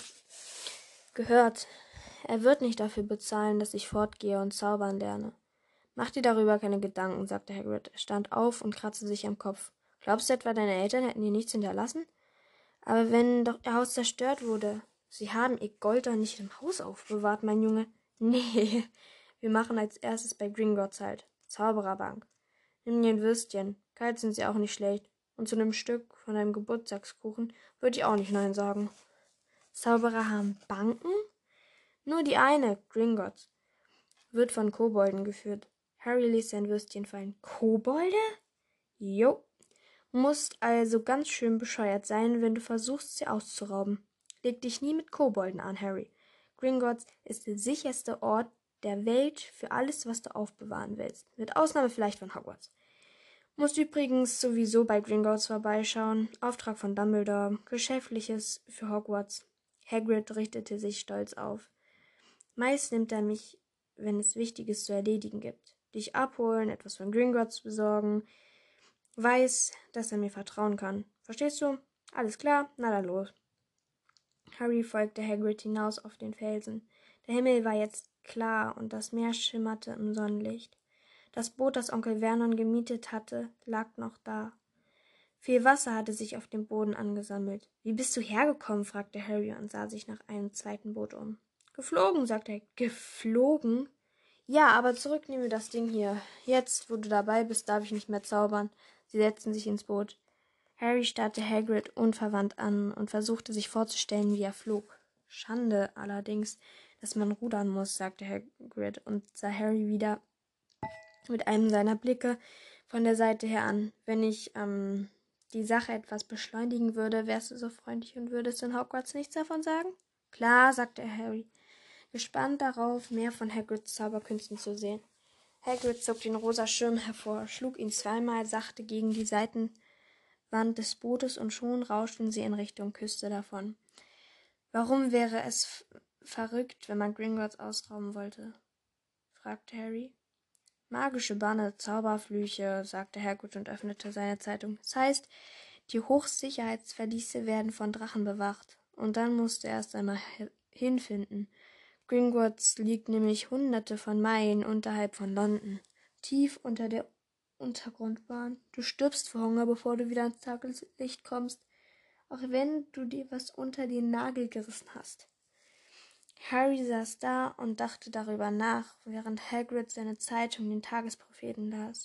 gehört. Er wird nicht dafür bezahlen, dass ich fortgehe und zaubern lerne.« »Mach dir darüber keine Gedanken«, sagte Hagrid. Er stand auf und kratzte sich am Kopf. »Glaubst du etwa, deine Eltern hätten dir nichts hinterlassen? Aber wenn doch ihr Haus zerstört wurde. Sie haben ihr Gold doch nicht im Haus aufbewahrt, mein Junge.« »Nee, wir machen als erstes bei Gringotts halt. Zaubererbank. Nimm dir ein Würstchen. Kalt sind sie auch nicht schlecht. Und zu einem Stück von deinem Geburtstagskuchen würde ich auch nicht Nein sagen.« »Zauberer haben Banken?« »Nur die eine, Gringotts. Wird von Kobolden geführt.« Harry ließ sein Würstchen fallen. »Kobolde?« »Jo. Musst also ganz schön bescheuert sein, wenn du versuchst, sie auszurauben. Leg dich nie mit Kobolden an, Harry. Gringotts ist der sicherste Ort der Welt für alles, was du aufbewahren willst. Mit Ausnahme vielleicht von Hogwarts. Musst übrigens sowieso bei Gringotts vorbeischauen. Auftrag von Dumbledore. Geschäftliches für Hogwarts.« Hagrid richtete sich stolz auf. »Meist nimmt er mich, wenn es Wichtiges zu erledigen gibt. Dich abholen, etwas von Gringotts besorgen. Weiß, dass er mir vertrauen kann. Verstehst du? Alles klar? Na dann los.« Harry folgte Hagrid hinaus auf den Felsen. Der Himmel war jetzt klar und das Meer schimmerte im Sonnenlicht. Das Boot, das Onkel Vernon gemietet hatte, lag noch da. Viel Wasser hatte sich auf dem Boden angesammelt. »Wie bist du hergekommen?« fragte Harry und sah sich nach einem zweiten Boot um. »Geflogen«, sagte er. »Geflogen?« »Ja, aber zurück nehmen wir das Ding hier. Jetzt, wo du dabei bist, darf ich nicht mehr zaubern.« Sie setzten sich ins Boot. Harry starrte Hagrid unverwandt an und versuchte sich vorzustellen, wie er flog. »Schande allerdings, dass man rudern muss«, sagte Hagrid und sah Harry wieder mit einem seiner Blicke von der Seite her an. »Wenn ich ähm, die Sache etwas beschleunigen würde, wärst du so freundlich und würdest in Hogwarts nichts davon sagen?« »Klar«, sagte Harry, gespannt darauf, mehr von Hagrids Zauberkünsten zu sehen. Hagrid zog den rosa Schirm hervor, schlug ihn zweimal sachte gegen die Seitenwand des Bootes und schon rauschten sie in Richtung Küste davon. »Warum wäre es f- verrückt, wenn man Gringotts ausrauben wollte?« fragte Harry. »Magische Banne, Zauberflüche«, sagte Hagrid und öffnete seine Zeitung. »Das heißt, die Hochsicherheitsverliese werden von Drachen bewacht. Und dann musst du erst einmal he- hinfinden. Gringotts liegt nämlich hunderte von Meilen unterhalb von London, tief unter der Untergrundbahn. Du stirbst vor Hunger, bevor du wieder ans Tageslicht kommst, auch wenn du dir was unter den Nagel gerissen hast.« Harry saß da und dachte darüber nach, während Hagrid seine Zeitung den Tagespropheten las.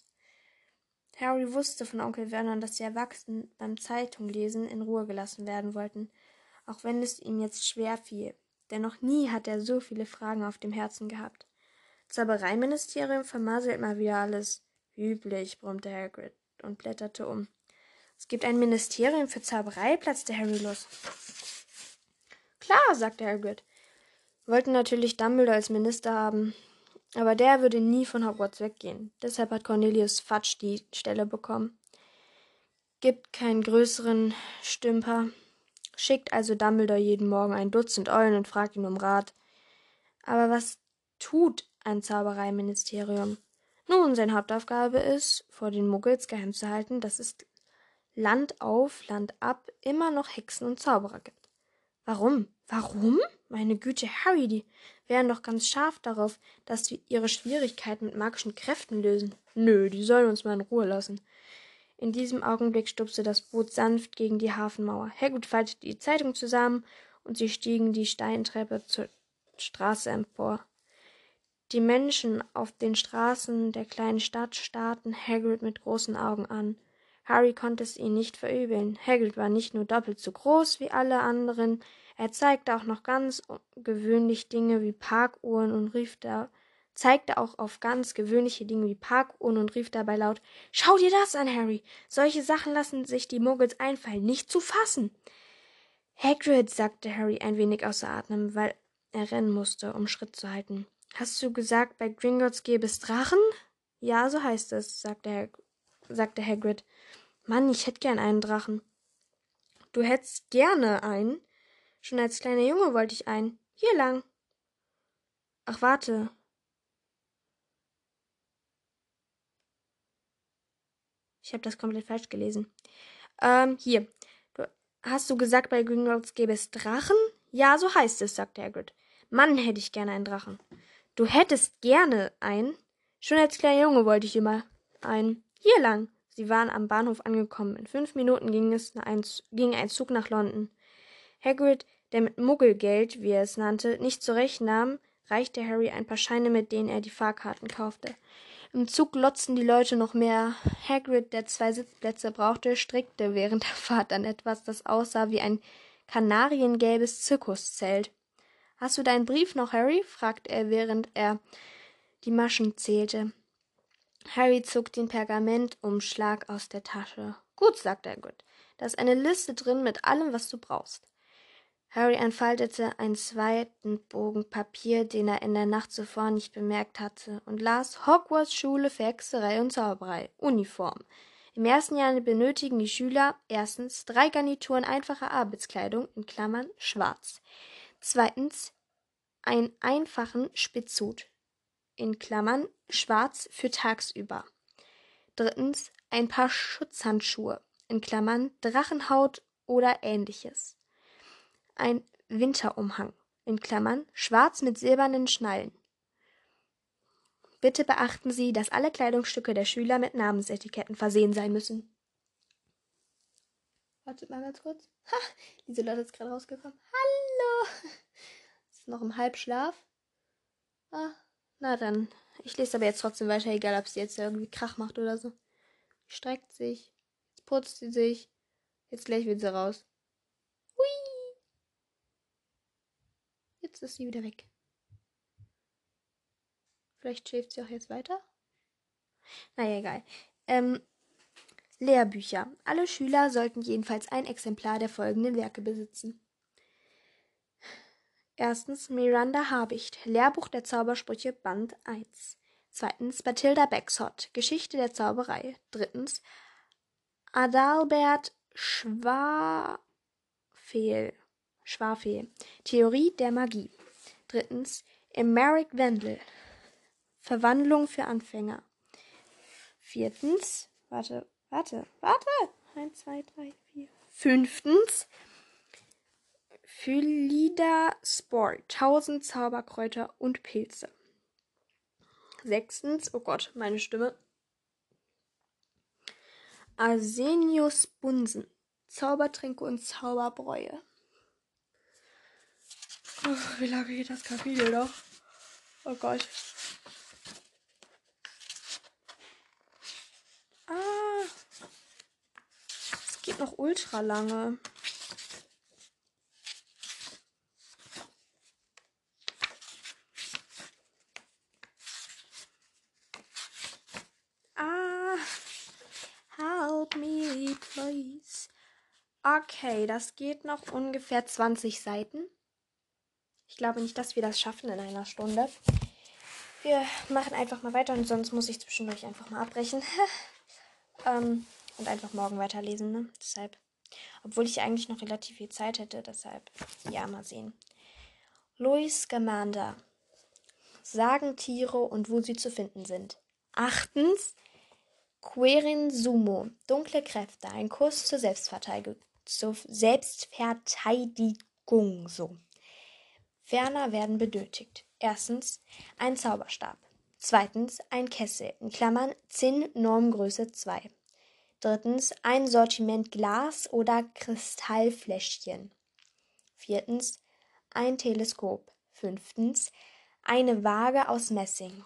Harry wusste von Onkel Vernon, dass die Erwachsenen beim Zeitunglesen in Ruhe gelassen werden wollten, auch wenn es ihm jetzt schwer fiel. Denn noch nie hat er so viele Fragen auf dem Herzen gehabt. Zaubereiministerium vermaselt mal wieder alles. Üblich, brummte Hagrid und blätterte um. Es gibt ein Ministerium für Zauberei, platzte Harry los. Klar, sagte Hagrid. Wollten natürlich Dumbledore als Minister haben, aber der würde nie von Hogwarts weggehen. Deshalb hat Cornelius Fudge die Stelle bekommen. Gibt keinen größeren Stümper. Schickt also Dumbledore jeden Morgen ein Dutzend Eulen und fragt ihn um Rat. Aber was tut ein Zaubereiministerium? Nun, seine Hauptaufgabe ist, vor den Muggels geheim zu halten, dass es Land auf, Land ab immer noch Hexen und Zauberer gibt. Warum? Warum? Meine Güte, Harry, die wären doch ganz scharf darauf, dass wir ihre Schwierigkeiten mit magischen Kräften lösen. Nö, die sollen uns mal in Ruhe lassen. In diesem Augenblick stupste das Boot sanft gegen die Hafenmauer. Hagrid faltete die Zeitung zusammen und sie stiegen die Steintreppe zur Straße empor. Die Menschen auf den Straßen der kleinen Stadt starrten Hagrid mit großen Augen an. Harry konnte es ihnen nicht verübeln. Hagrid war nicht nur doppelt so groß wie alle anderen, er zeigte auch noch ganz gewöhnlich Dinge wie Parkuhren und rief da, zeigte auch auf ganz gewöhnliche Dinge wie Parkuhren und rief dabei laut: »Schau dir das an, Harry! Solche Sachen lassen sich die Muggels einfallen, nicht zu fassen!« »Hagrid«, sagte Harry ein wenig außer Atem, weil er rennen musste, um Schritt zu halten. »Hast du gesagt, bei Gringotts gäbe es Drachen?« »Ja, so heißt es«, sagte, Hag sagte Hagrid. »Mann, ich hätte gern einen Drachen.« »Du hättest gerne einen? Schon als kleiner Junge wollte ich einen. Hier lang.« »Ach, warte.« Ich habe das komplett falsch gelesen. Ähm, hier. Du, hast du gesagt, bei Gringotts gäbe es Drachen? Ja, so heißt es, sagte Hagrid. Mann, hätte ich gerne einen Drachen. Du hättest gerne einen? Schon als kleiner Junge wollte ich immer einen. Hier lang. Sie waren am Bahnhof angekommen. In fünf Minuten ging, es ein, ging ein Zug nach London. Hagrid, der mit Muggelgeld, wie er es nannte, nicht zurechtnahm, reichte Harry ein paar Scheine, mit denen er die Fahrkarten kaufte. Im Zug lotzten die Leute noch mehr. Hagrid, der zwei Sitzplätze brauchte, strickte während der Fahrt an etwas, das aussah wie ein kanariengelbes Zirkuszelt. »Hast du deinen Brief noch, Harry?« fragte er, während er die Maschen zählte. Harry zog den Pergamentumschlag aus der Tasche. »Gut«, sagte Hagrid, »da ist eine Liste drin mit allem, was du brauchst.« Harry entfaltete einen zweiten Bogen Papier, den er in der Nacht zuvor nicht bemerkt hatte, und las Hogwarts Schule für Hexerei und Zauberei. Uniform. Im ersten Jahr benötigen die Schüler erstens drei Garnituren einfacher Arbeitskleidung, in Klammern schwarz. Zweitens einen einfachen Spitzhut, in Klammern schwarz für tagsüber. Drittens ein paar Schutzhandschuhe, in Klammern Drachenhaut oder ähnliches. Ein Winterumhang, in Klammern schwarz mit silbernen Schnallen. Bitte beachten Sie, dass alle Kleidungsstücke der Schüler mit Namensetiketten versehen sein müssen. Wartet mal ganz kurz. Ha, Lieselotte ist gerade rausgekommen. Hallo! Ist noch im Halbschlaf. Ah, na dann. Ich lese aber jetzt trotzdem weiter, egal ob sie jetzt irgendwie Krach macht oder so. Streckt sich. Jetzt putzt sie sich. Jetzt gleich wird sie raus. Hui! Jetzt ist sie wieder weg. Vielleicht schläft sie auch jetzt weiter? Naja, egal. Ähm, Lehrbücher. Alle Schüler sollten jedenfalls ein Exemplar der folgenden Werke besitzen. Erstens Miranda Habicht, Lehrbuch der Zaubersprüche, Band eins. Zweitens Bathilda Baxhot, Geschichte der Zauberei. Drittens Adalbert Schwafel, Schwafel, Theorie der Magie. Drittens Emeric Wendell, Verwandlung für Anfänger. Viertens, warte, warte, warte, eins, zwei, drei, vier. Fünftens Phylida Sport, tausend Zauberkräuter und Pilze. Sechstens, oh Gott, meine Stimme. Arsenius Bunsen, Zaubertränke und Zauberbräue. Oh, wie lange geht das Kapitel noch? Oh Gott. Ah, es geht noch ultra lange. Okay, das geht noch ungefähr zwanzig Seiten. Ich glaube nicht, dass wir das schaffen in einer Stunde. Wir machen einfach mal weiter und sonst muss ich zwischendurch einfach mal abbrechen. ähm, und einfach morgen weiterlesen, ne? Deshalb. Obwohl ich eigentlich noch relativ viel Zeit hätte, deshalb. Ja, mal sehen. Louis Scamander. Sagentiere und wo sie zu finden sind. Achtens. Querin Sumo. Dunkle Kräfte. Ein Kurs zur Selbstverteidigung. Zur Selbstverteidigung. So. Ferner werden benötigt. Erstens ein Zauberstab. Zweitens ein Kessel, in Klammern Zinn Normgröße zwei. Drittens ein Sortiment Glas- oder Kristallfläschchen. Viertens ein Teleskop. Fünftens eine Waage aus Messing.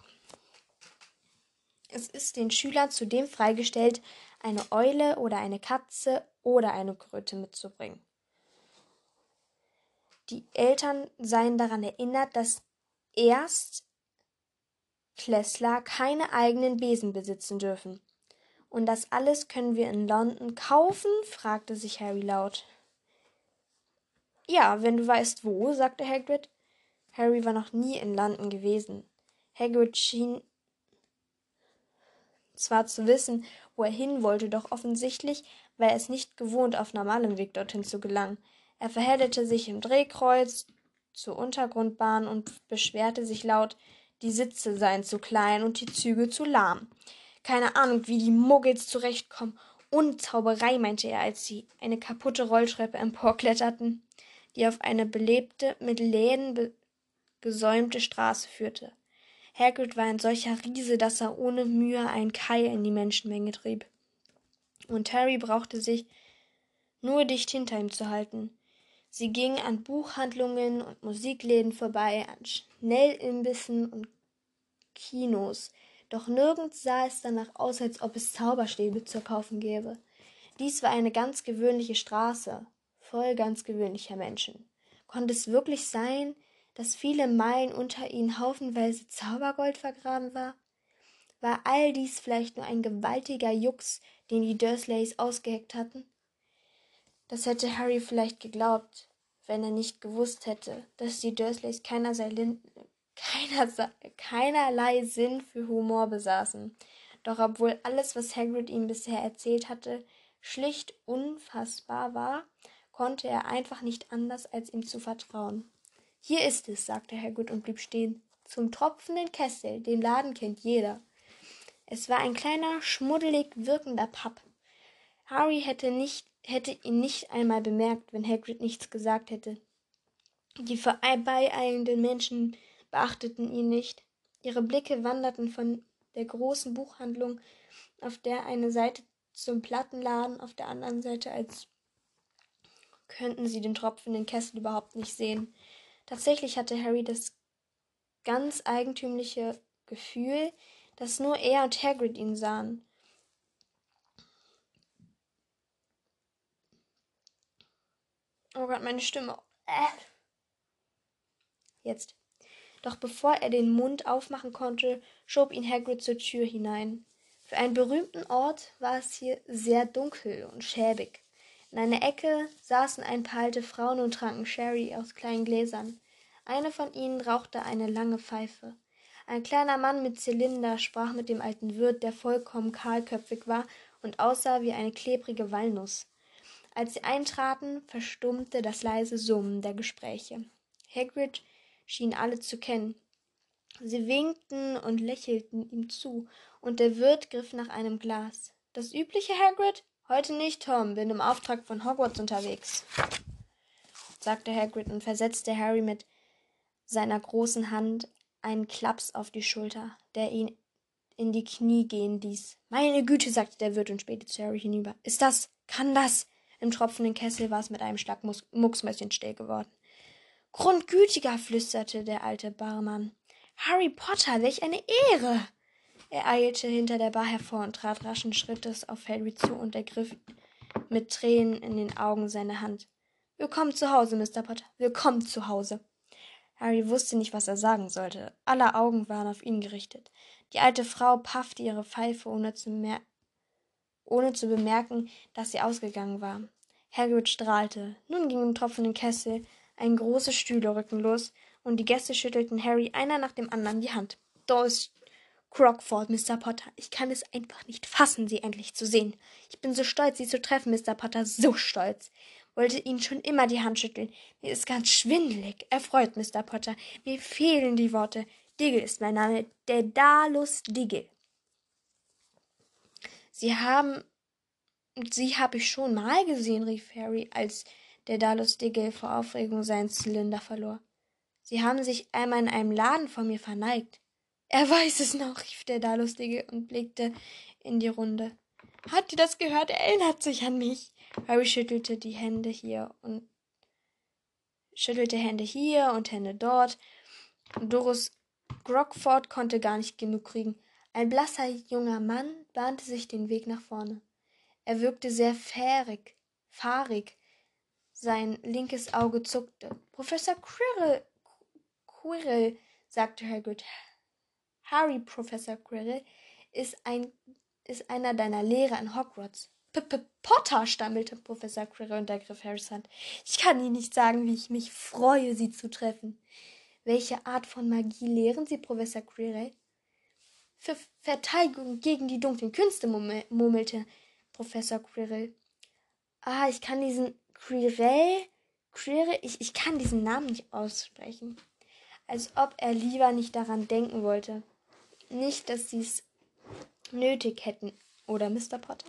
Es ist den Schülern zudem freigestellt, eine Eule oder eine Katze oder eine Kröte mitzubringen. Die Eltern seien daran erinnert, dass Erstklässler keine eigenen Besen besitzen dürfen. Und das alles können wir in London kaufen? Fragte sich Harry laut. Ja, wenn du weißt wo, sagte Hagrid. Harry war noch nie in London gewesen. Hagrid schien zwar zu wissen, wo er hin wollte, doch offensichtlich war er es nicht gewohnt, auf normalem Weg dorthin zu gelangen. Er verhedderte sich im Drehkreuz zur Untergrundbahn und beschwerte sich laut, die Sitze seien zu klein und die Züge zu lahm. Keine Ahnung, wie die Muggels zurechtkommen. Und Zauberei, meinte er, als sie eine kaputte Rolltreppe emporkletterten, die auf eine belebte, mit Läden be- gesäumte Straße führte. Hagrid war ein solcher Riese, dass er ohne Mühe einen Keil in die Menschenmenge trieb. Und Harry brauchte sich nur dicht hinter ihm zu halten. Sie gingen an Buchhandlungen und Musikläden vorbei, an Schnellimbissen und Kinos, doch nirgends sah es danach aus, als ob es Zauberstäbe zu kaufen gäbe. Dies war eine ganz gewöhnliche Straße, voll ganz gewöhnlicher Menschen. Konnte es wirklich sein, dass viele Meilen unter ihnen haufenweise Zaubergold vergraben war? War all dies vielleicht nur ein gewaltiger Jux, den die Dursleys ausgeheckt hatten? Das hätte Harry vielleicht geglaubt, wenn er nicht gewusst hätte, dass die Dursleys keinerlei, Lin- keinerlei, keinerlei Sinn für Humor besaßen. Doch obwohl alles, was Hagrid ihm bisher erzählt hatte, schlicht unfassbar war, konnte er einfach nicht anders, als ihm zu vertrauen. »Hier ist es«, sagte Hagrid und blieb stehen. »Zum tropfenden Kessel, den Laden kennt jeder.« Es war ein kleiner, schmuddelig wirkender Pub. Harry hätte, nicht, hätte ihn nicht einmal bemerkt, wenn Hagrid nichts gesagt hätte. Die vorbeieilenden Menschen beachteten ihn nicht. Ihre Blicke wanderten von der großen Buchhandlung auf der einen Seite zum Plattenladen, auf der anderen Seite, als könnten sie den tropfenden Kessel überhaupt nicht sehen. Tatsächlich hatte Harry das ganz eigentümliche Gefühl, dass nur er und Hagrid ihn sahen. Oh Gott, meine Stimme. Äh. Jetzt. Doch bevor er den Mund aufmachen konnte, schob ihn Hagrid zur Tür hinein. Für einen berühmten Ort war es hier sehr dunkel und schäbig. In einer Ecke saßen ein paar alte Frauen und tranken Sherry aus kleinen Gläsern. Eine von ihnen rauchte eine lange Pfeife. Ein kleiner Mann mit Zylinder sprach mit dem alten Wirt, der vollkommen kahlköpfig war und aussah wie eine klebrige Walnuss. Als sie eintraten, verstummte das leise Summen der Gespräche. Hagrid schien alle zu kennen. Sie winkten und lächelten ihm zu, und der Wirt griff nach einem Glas. »Das übliche, Hagrid?« »Heute nicht, Tom. Bin im Auftrag von Hogwarts unterwegs«, sagte Hagrid und versetzte Harry mit seiner großen Hand einen Klaps auf die Schulter, der ihn in die Knie gehen ließ. »Meine Güte«, sagte der Wirt und spähte zu Harry hinüber. »Ist das? Kann das?« Im tropfenden Kessel war es mit einem Schlag mus- mucksmäuschenstill geworden. »Grundgütiger«, flüsterte der alte Barmann. »Harry Potter, welch eine Ehre!« Er eilte hinter der Bar hervor und trat raschen Schrittes auf Harry zu und ergriff mit Tränen in den Augen seine Hand. »Willkommen zu Hause, Mister Potter, willkommen zu Hause.« Harry wusste nicht, was er sagen sollte. Aller Augen waren auf ihn gerichtet. Die alte Frau paffte ihre Pfeife, ohne zu, mer- ohne zu bemerken, dass sie ausgegangen war. Hagrid strahlte. Nun ging im tropfenden Kessel ein großer Stühlerücken los, und die Gäste schüttelten Harry einer nach dem anderen die Hand. Da ist Crockford, Mister Potter. Ich kann es einfach nicht fassen, Sie endlich zu sehen. Ich bin so stolz, Sie zu treffen, Mister Potter, so stolz. Wollte Ihnen schon immer die Hand schütteln. Mir ist ganz schwindelig. Erfreut, Mister Potter. Mir fehlen die Worte. Diggle ist mein Name. Daedalus Diggle. Sie haben... Sie habe ich schon mal gesehen, rief Harry, als Daedalus Diggle vor Aufregung seinen Zylinder verlor. Sie haben sich einmal in einem Laden vor mir verneigt. Er weiß es noch, rief Daedalus Diggle und blickte in die Runde. Habt ihr das gehört? Er erinnert sich an mich. Harry schüttelte die Hände hier und schüttelte Hände hier und Hände dort. Dorus Crockford konnte gar nicht genug kriegen. Ein blasser junger Mann bahnte sich den Weg nach vorne. Er wirkte sehr fahrig, fahrig. Sein linkes Auge zuckte. Professor Quirrell, Quirrell, sagte Hagrid. Harry, Professor Quirrell, ist ein, ist einer deiner Lehrer in Hogwarts. Potter, stammelte Professor Quirrell und ergriff Harrys Hand. Ich kann Ihnen nicht sagen, wie ich mich freue, Sie zu treffen. Welche Art von Magie lehren Sie, Professor Quirrell? Für Verteidigung gegen die dunklen Künste, murmelte Professor Quirrell. Ah, ich kann diesen Quirrell, Quirrell, ich, ich kann diesen Namen nicht aussprechen. Als ob er lieber nicht daran denken wollte. Nicht, dass sie es nötig hätten, oder, Mister Potter?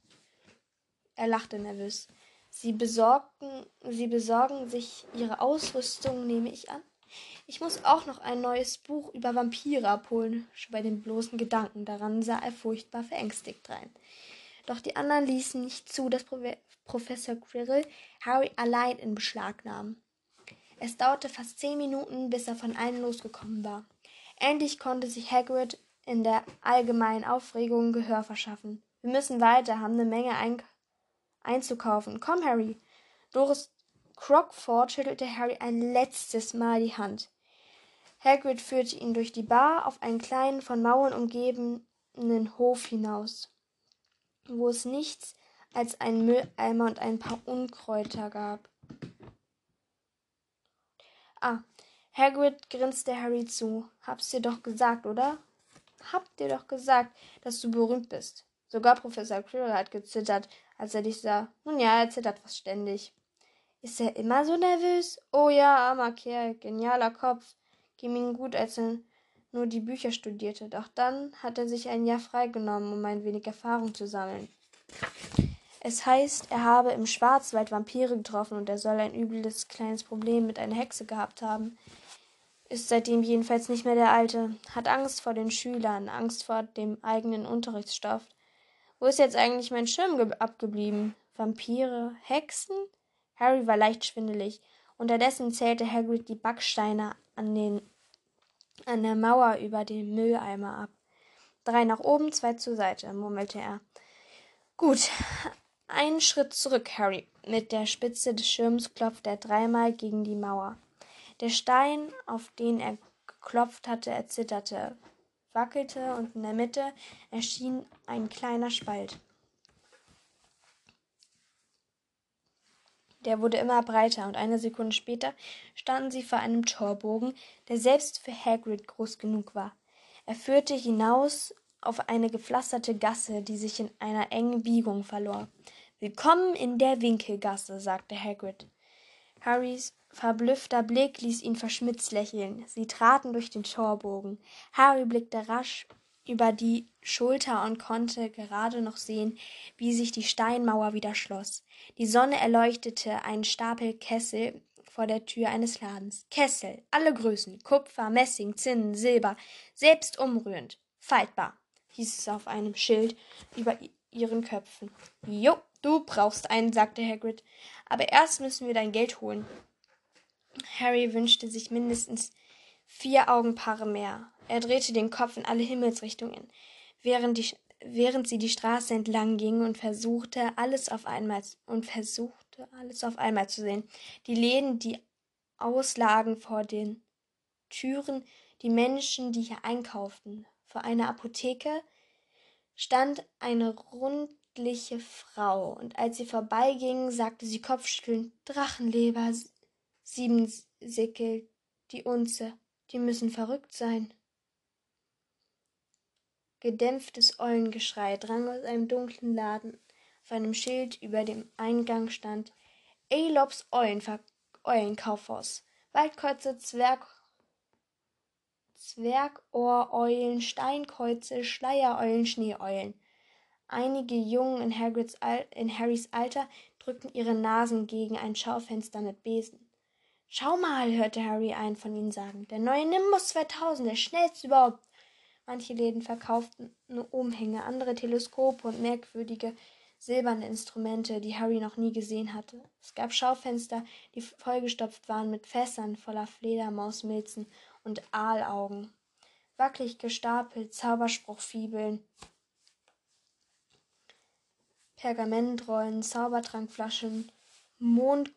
Er lachte nervös. Sie besorgten, Sie besorgen sich Ihre Ausrüstung, nehme ich an? Ich muss auch noch ein neues Buch über Vampire abholen. Schon bei dem bloßen Gedanken daran sah er furchtbar verängstigt drein. Doch die anderen ließen nicht zu, dass Pro- Professor Quirrell Harry allein in Beschlag nahm. Es dauerte fast zehn Minuten, bis er von allen losgekommen war. Endlich konnte sich Hagrid in der allgemeinen Aufregung Gehör verschaffen. Wir müssen weiter, haben eine Menge ein- einzukaufen. Komm, Harry. Doris Crockford schüttelte Harry ein letztes Mal die Hand. Hagrid führte ihn durch die Bar auf einen kleinen, von Mauern umgebenen Hof hinaus, wo es nichts als einen Mülleimer und ein paar Unkräuter gab. Ah, Hagrid grinste Harry zu. Hab's dir doch gesagt, oder? Hab dir doch gesagt, dass du berühmt bist. Sogar Professor Quirrell hat gezittert, als er dich sah. Nun ja, er zittert fast ständig. Ist er immer so nervös? Oh ja, armer Kerl, genialer Kopf. Ging ihm gut, als er nur die Bücher studierte. Doch dann hat er sich ein Jahr freigenommen, um ein wenig Erfahrung zu sammeln. Es heißt, er habe im Schwarzwald Vampire getroffen und er soll ein übles kleines Problem mit einer Hexe gehabt haben. Ist seitdem jedenfalls nicht mehr der Alte. Hat Angst vor den Schülern, Angst vor dem eigenen Unterrichtsstoff. Wo ist jetzt eigentlich mein Schirm ge- abgeblieben? Vampire? Hexen? Harry war leicht schwindelig. Unterdessen zählte Hagrid die Backsteine an, den, an der Mauer über den Mülleimer ab. Drei nach oben, zwei zur Seite, murmelte er. Gut, einen Schritt zurück, Harry. Mit der Spitze des Schirms klopfte er dreimal gegen die Mauer. Der Stein, auf den er geklopft hatte, erzitterte, wackelte und in der Mitte erschien ein kleiner Spalt. Der wurde immer breiter und eine Sekunde später standen sie vor einem Torbogen, der selbst für Hagrid groß genug war. Er führte hinaus auf eine gepflasterte Gasse, die sich in einer engen Biegung verlor. »Willkommen in der Winkelgasse«, sagte Hagrid. Harrys verblüffter Blick ließ ihn verschmitzt lächeln. Sie traten durch den Torbogen. Harry blickte rasch über die Schulter und konnte gerade noch sehen, wie sich die Steinmauer wieder schloss. Die Sonne erleuchtete einen Stapel Kessel vor der Tür eines Ladens. Kessel, alle Größen, Kupfer, Messing, Zinn, Silber, selbst umrührend, faltbar, hieß es auf einem Schild über ihren Köpfen. »Jo, du brauchst einen«, sagte Hagrid, »aber erst müssen wir dein Geld holen.« Harry wünschte sich mindestens vier Augenpaare mehr. Er drehte den Kopf in alle Himmelsrichtungen, während, die, während sie die Straße entlang gingen und versuchte, alles auf einmal und versuchte, alles auf einmal zu sehen. Die Läden, die auslagen vor den Türen, die Menschen, die hier einkauften. Vor einer Apotheke stand eine rund stattliche Frau, und als sie vorbeiging, sagte sie kopfschüttelnd: Drachenleber, Siebensickel, die Unze, die müssen verrückt sein. Gedämpftes Eulengeschrei drang aus einem dunklen Laden. Auf einem Schild über dem Eingang stand: Aelops Eulenver- Eulenkaufhaus. Waldkreuze, Zwerg Zwergohreulen, Steinkreuze, Schleiereulen, Schneeeulen. Einige Jungen in, Hagrids Al- in Harrys Alter drückten ihre Nasen gegen ein Schaufenster mit Besen. »Schau mal«, hörte Harry einen von ihnen sagen, »der neue Nimbus zweitausend, der schnellste überhaupt.« Manche Läden verkauften nur Umhänge, andere Teleskope und merkwürdige silberne Instrumente, die Harry noch nie gesehen hatte. Es gab Schaufenster, die vollgestopft waren mit Fässern voller Fledermausmilzen und Aalaugen, wackelig gestapelt Zauberspruchfibeln, Pergamentrollen, Zaubertrankflaschen, Mondgloben.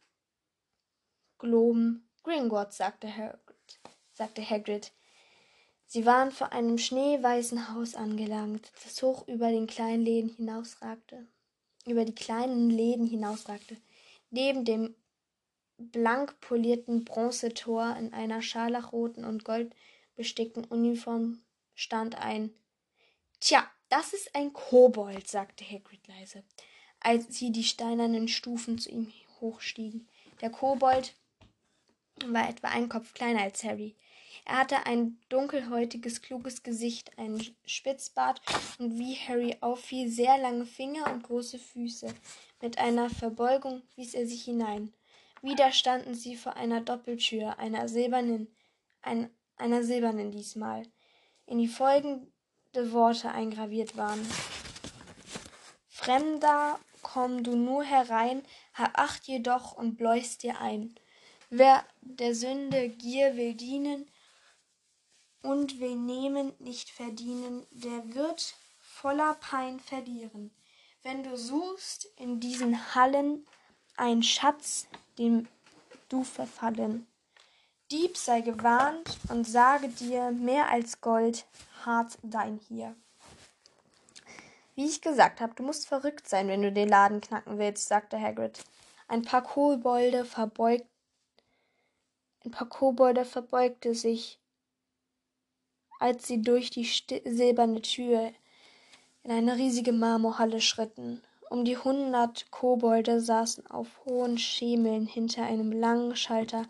»Gringotts«, sagte Hagrid, sagte Hagrid. Sie waren vor einem schneeweißen Haus angelangt, das hoch über den kleinen Läden hinausragte, über die kleinen Läden hinausragte. Neben dem blank polierten Bronzetor in einer scharlachroten und goldbestickten Uniform stand ein »Tja, das ist ein Kobold«, sagte Hagrid leise, als sie die steinernen Stufen zu ihm hochstiegen. Der Kobold war etwa einen Kopf kleiner als Harry. Er hatte ein dunkelhäutiges, kluges Gesicht, einen Spitzbart und, wie Harry auffiel, sehr lange Finger und große Füße. Mit einer Verbeugung wies er sich hinein. Wieder standen sie vor einer Doppeltür, einer silbernen, ein, einer silbernen diesmal, in die folgende Worte eingraviert waren: »Fremder, komm du nur herein, hab Acht jedoch und bläust dir ein. Wer der Sünde Gier will dienen und will nehmen, nicht verdienen, der wird voller Pein verlieren. Wenn du suchst in diesen Hallen einen Schatz, dem du verfallen. Dieb, sei gewarnt und sage dir, mehr als Gold hart dein hier.« »Wie ich gesagt habe, du musst verrückt sein, wenn du den Laden knacken willst«, sagte Hagrid. Ein paar Kobolde verbeugten Ein paar Kobolde verbeugte sich, als sie durch die sti- silberne Tür in eine riesige Marmorhalle schritten. Um die hundert Kobolde saßen auf hohen Schemeln hinter einem langen Schalter,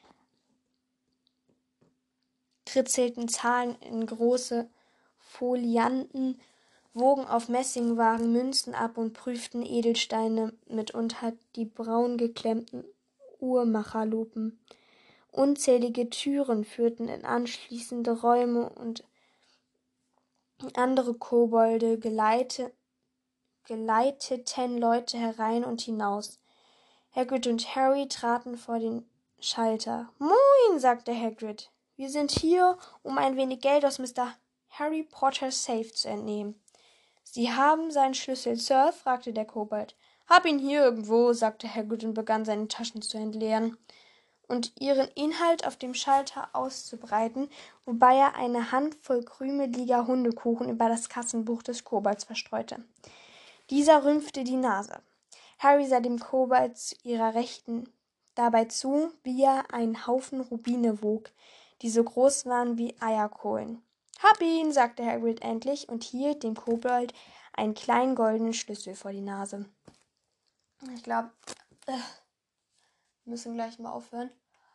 kritzelten Zahlen in große Folianten, wogen auf Messingwagen Münzen ab und prüften Edelsteine mit unter die braun geklemmten Uhrmacherlupen. Unzählige Türen führten in anschließende Räume und andere Kobolde geleite, geleiteten Leute herein und hinaus. Hagrid und Harry traten vor den Schalter. »Moin«, sagte Hagrid. »Wir sind hier, um ein wenig Geld aus Mister Harry Potters Safe zu entnehmen.« »Sie haben seinen Schlüssel, Sir?« fragte der Kobold. »Hab ihn hier irgendwo«, sagte Hagrid und begann, seine Taschen zu entleeren und ihren Inhalt auf dem Schalter auszubreiten, wobei er eine Handvoll krümeliger Hundekuchen über das Kassenbuch des Kobolds verstreute. Dieser rümpfte die Nase. Harry sah dem Kobold zu ihrer Rechten dabei zu, wie er einen Haufen Rubine wog, die so groß waren wie Eierkohlen. »Hab ihn«, sagte Hagrid endlich und hielt dem Kobold einen kleinen goldenen Schlüssel vor die Nase. Ich glaube, äh, wir müssen gleich mal aufhören.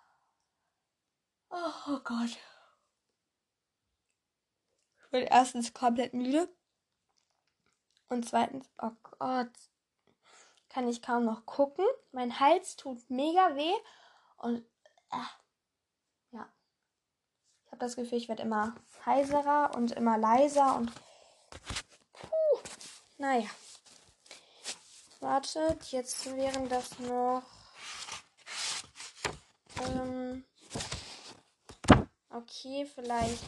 Oh, oh Gott. Ich bin erstens komplett müde. Und zweitens, oh Gott, kann ich kaum noch gucken. Mein Hals tut mega weh. Und äh, ja, ich habe das Gefühl, ich werde immer heiserer und immer leiser. Und puh, naja. Wartet, jetzt wären das noch ähm, okay, vielleicht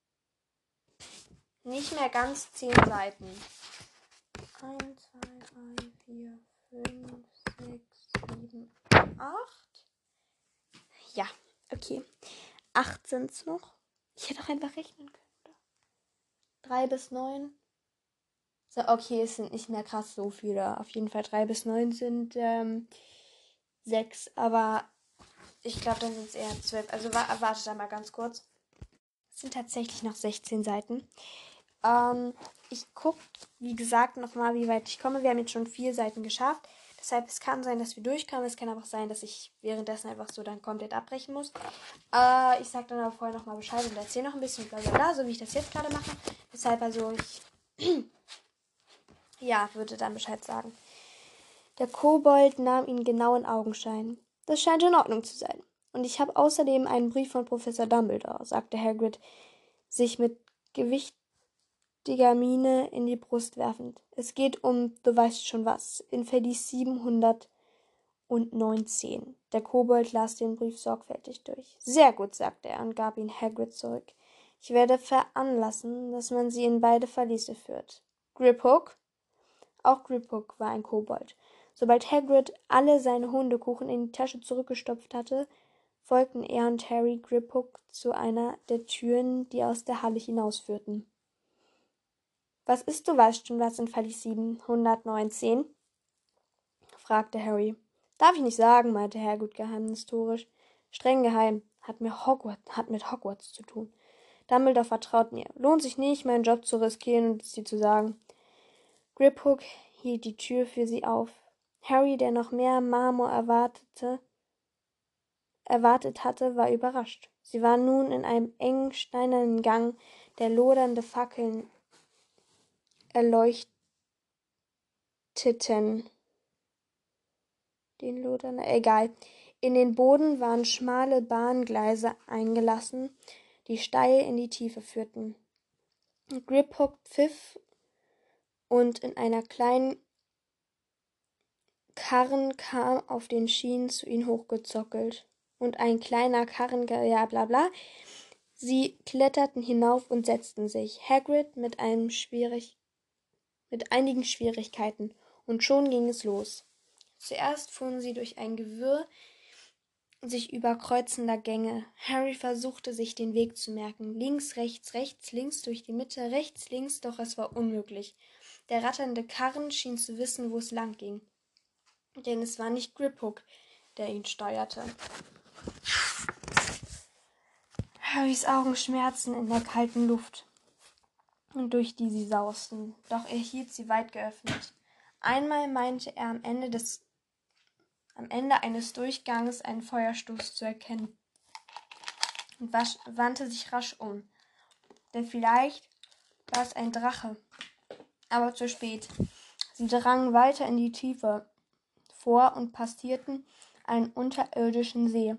nicht mehr ganz zehn Seiten. eins, zwei, drei, vier, fünf, sechs, sieben, acht. Ja, okay. acht sind's noch. Ich hätte auch einfach rechnen können. drei bis neun. So, okay, es sind nicht mehr krass so viele. Auf jeden Fall drei bis neun sind ähm, sechs, aber ich glaube, dann sind es eher zwölf. Also wa wartet da mal ganz kurz. Es sind tatsächlich noch sechzehn Seiten. Ähm, ich gucke, wie gesagt, nochmal, wie weit ich komme. Wir haben jetzt schon vier Seiten geschafft. Deshalb, es kann sein, dass wir durchkommen. Es kann aber auch sein, dass ich währenddessen einfach so dann komplett abbrechen muss. Äh, ich sage dann aber vorher nochmal Bescheid und erzähle noch ein bisschen bla bla bla, so wie ich das jetzt gerade mache. Deshalb, also ich ja, würde dann Bescheid sagen. Der Kobold nahm ihn genau in Augenschein. Das scheint in Ordnung zu sein. Und ich habe außerdem einen Brief von Professor Dumbledore, sagte Hagrid, sich mit gewichtiger Miene in die Brust werfend. Es geht um, du weißt schon was, in Verlies siebenhundertneunzehn. Der Kobold las den Brief sorgfältig durch. Sehr gut, sagte er und gab ihn Hagrid zurück. Ich werde veranlassen, dass man sie in beide Verliese führt. Griphook? Auch Griphook war ein Kobold. Sobald Hagrid alle seine Hundekuchen in die Tasche zurückgestopft hatte, folgten er und Harry Griphook zu einer der Türen, die aus der Halle hinausführten. »Was ist, du weißt schon was in Verlies siebenhundertneunzehn?« fragte Harry. »Darf ich nicht sagen«, meinte Hagrid geheimnistorisch. »Streng geheim. Hat, mir Hogwarts, hat mit Hogwarts zu tun. Dumbledore vertraut mir. Lohnt sich nicht, meinen Job zu riskieren und es dir zu sagen.« Griphook hielt die Tür für sie auf. Harry, der noch mehr Marmor erwartete, erwartet hatte, war überrascht. Sie waren nun in einem engen, steinernen Gang, der lodernde Fackeln erleuchteten. Den lodernden, egal. In den Boden waren schmale Bahngleise eingelassen, die steil in die Tiefe führten. Griphook pfiff und in einer kleinen Karren kam auf den Schienen zu ihnen hochgezockelt. Und ein kleiner Karren, ja bla bla. Sie kletterten hinauf und setzten sich. Hagrid mit einem schwierig, mit einigen Schwierigkeiten. Und schon ging es los. Zuerst fuhren sie durch ein Gewirr sich überkreuzender Gänge. Harry versuchte, sich den Weg zu merken. Links, rechts, rechts, links, durch die Mitte, rechts, links, doch es war unmöglich. Der ratternde Karren schien zu wissen, wo es lang ging. Denn es war nicht Griphook, der ihn steuerte. Harrys Augen schmerzten in der kalten Luft, durch die sie sausten, doch er hielt sie weit geöffnet. Einmal meinte er am Ende, des, am Ende eines Durchganges einen Feuerstoß zu erkennen und wasch, wandte sich rasch um, denn vielleicht war es ein Drache. Aber zu spät. Sie drangen weiter in die Tiefe vor und passierten einen unterirdischen See,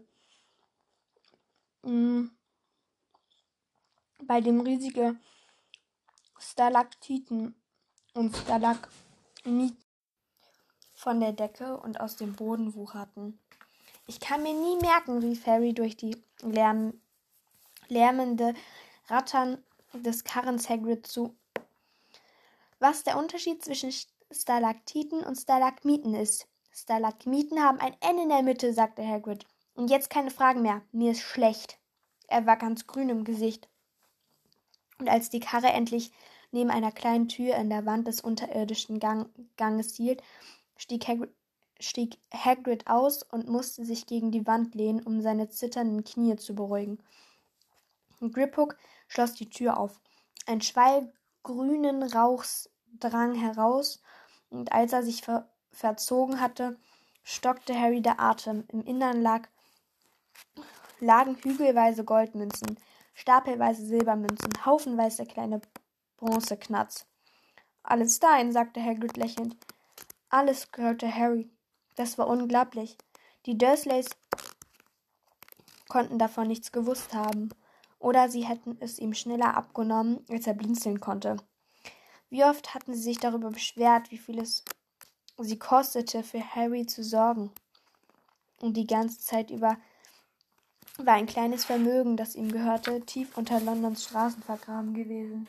bei dem riesige Stalaktiten und Stalagmiten von der Decke und aus dem Boden wucherten. Ich kann mir nie merken, rief Harry durch die lärm, lärmende Rattern des Karrens Hagrid zu, was der Unterschied zwischen Stalaktiten und Stalagmiten ist. Stalagmiten haben ein Ende in der Mitte, sagte Hagrid. Und jetzt keine Fragen mehr. Mir ist schlecht. Er war ganz grün im Gesicht. Und als die Karre endlich neben einer kleinen Tür in der Wand des unterirdischen Gang, Ganges hielt, stieg Hagrid, stieg Hagrid aus und musste sich gegen die Wand lehnen, um seine zitternden Knie zu beruhigen. Griphook schloss die Tür auf. Ein Schwall grünen Rauchs drang heraus, und als er sich ver- verzogen hatte, stockte Harry der Atem. Im Innern lag, lagen hügelweise Goldmünzen, stapelweise Silbermünzen, haufenweise kleine Bronzeknatz. »Alles dein«, sagte Hagrid lächelnd. Alles gehörte Harry. Das war unglaublich. Die Dursleys konnten davon nichts gewusst haben. Oder sie hätten es ihm schneller abgenommen, als er blinzeln konnte. Wie oft hatten sie sich darüber beschwert, wie viel es sie kostete, für Harry zu sorgen. Und die ganze Zeit über war ein kleines Vermögen, das ihm gehörte, tief unter Londons Straßen vergraben gewesen.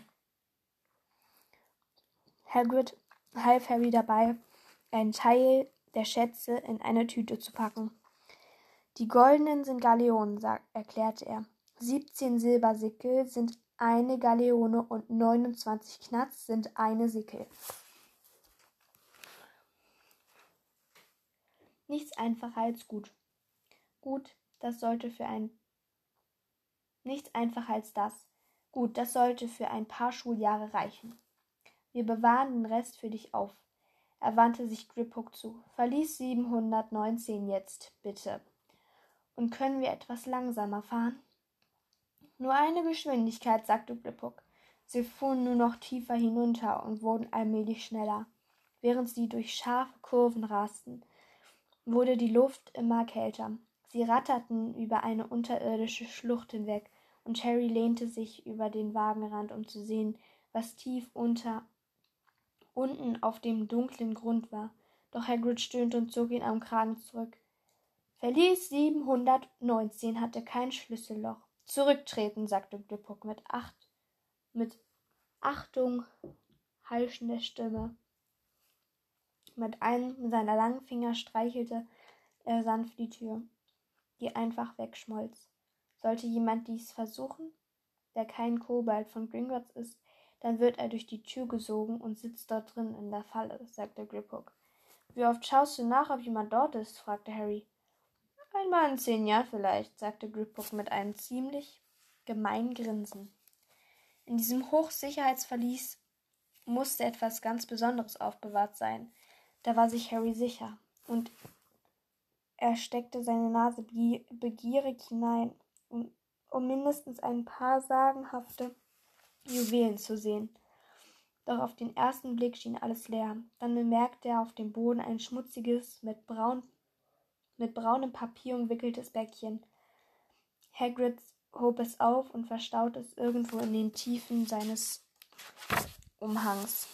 Hagrid half Harry dabei, einen Teil der Schätze in eine Tüte zu packen. »Die goldenen sind Galeonen«, sag, erklärte er. »Siebzehn Silbersickel sind Eine Galeone und neunundzwanzig Knats sind eine Sickel. Nichts einfacher als gut. Gut, das sollte für ein... Nichts einfacher als das. Gut, das sollte für ein paar Schuljahre reichen. Wir bewahren den Rest für dich auf. Er wandte sich Griphook zu. Verlies siebenhundertneunzehn jetzt, bitte. Und können wir etwas langsamer fahren? Nur eine Geschwindigkeit, sagte Griphook. Sie fuhren nur noch tiefer hinunter und wurden allmählich schneller. Während sie durch scharfe Kurven rasten, wurde die Luft immer kälter. Sie ratterten über eine unterirdische Schlucht hinweg, und Harry lehnte sich über den Wagenrand, um zu sehen, was tief unter unten auf dem dunklen Grund war. Doch Hagrid stöhnte und zog ihn am Kragen zurück. Verlies siebenhundertneunzehn hatte kein Schlüsselloch. Zurücktreten, sagte Griphook mit Acht, mit Achtung heischender Stimme. Mit einem seiner langen Finger streichelte er sanft die Tür, die einfach wegschmolz. Sollte jemand dies versuchen, der kein Kobold von Gringotts ist, dann wird er durch die Tür gesogen und sitzt dort drin in der Falle, sagte Griphook. Wie oft schaust du nach, ob jemand dort ist? Fragte Harry. Einmal in zehn Jahren vielleicht, sagte Griphook mit einem ziemlich gemeinen Grinsen. In diesem Hochsicherheitsverlies musste etwas ganz Besonderes aufbewahrt sein. Da war sich Harry sicher, und er steckte seine Nase begierig hinein, um, um mindestens ein paar sagenhafte Juwelen zu sehen. Doch auf den ersten Blick schien alles leer. Dann bemerkte er auf dem Boden ein schmutziges, mit, braun, mit braunem Papier umwickeltes Päckchen. Hagrid hob es auf und verstaute es irgendwo in den Tiefen seines Umhangs.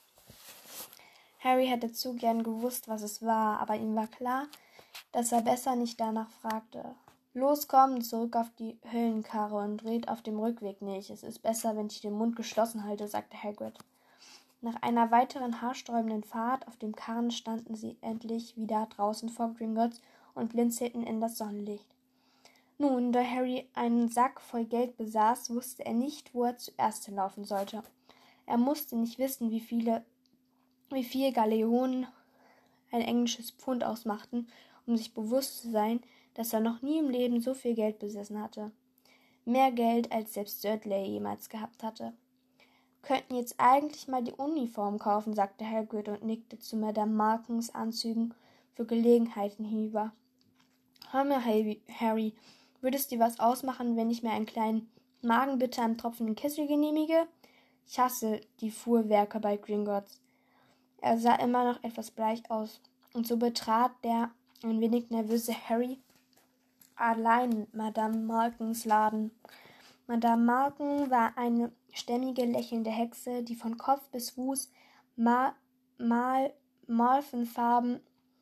Harry hätte zu gern gewusst, was es war, aber ihm war klar, dass er besser nicht danach fragte. »Los, komm, zurück auf die Höllenkarre und dreht auf dem Rückweg nicht. Es ist besser, wenn ich den Mund geschlossen halte«, sagte Hagrid. Nach einer weiteren haarsträubenden Fahrt auf dem Karren standen sie endlich wieder draußen vor Gringotts und blinzelten in das Sonnenlicht. Nun, da Harry einen Sack voll Geld besaß, wusste er nicht, wo er zuerst hinlaufen sollte. Er musste nicht wissen, wie viele, wie viel Galeonen ein englisches Pfund ausmachten, um sich bewusst zu sein, dass er noch nie im Leben so viel Geld besessen hatte. Mehr Geld, als selbst Dudley jemals gehabt hatte. »Könnten jetzt eigentlich mal die Uniform kaufen«, sagte Hagrid und nickte zu Madame Markens Anzügen für Gelegenheiten hinüber. »Hör mir, Harry, würde es dir was ausmachen, wenn ich mir einen kleinen Magenbitter im tropfenden Kessel genehmige? Ich hasse die Fuhrwerke bei Gringotts.« Er sah immer noch etwas bleich aus, und so betrat der ein wenig nervöse Harry allein Madame Markens Laden. Madame Marken war eine stämmige, lächelnde Hexe, die von Kopf bis Fuß mal, mal, malvenfarben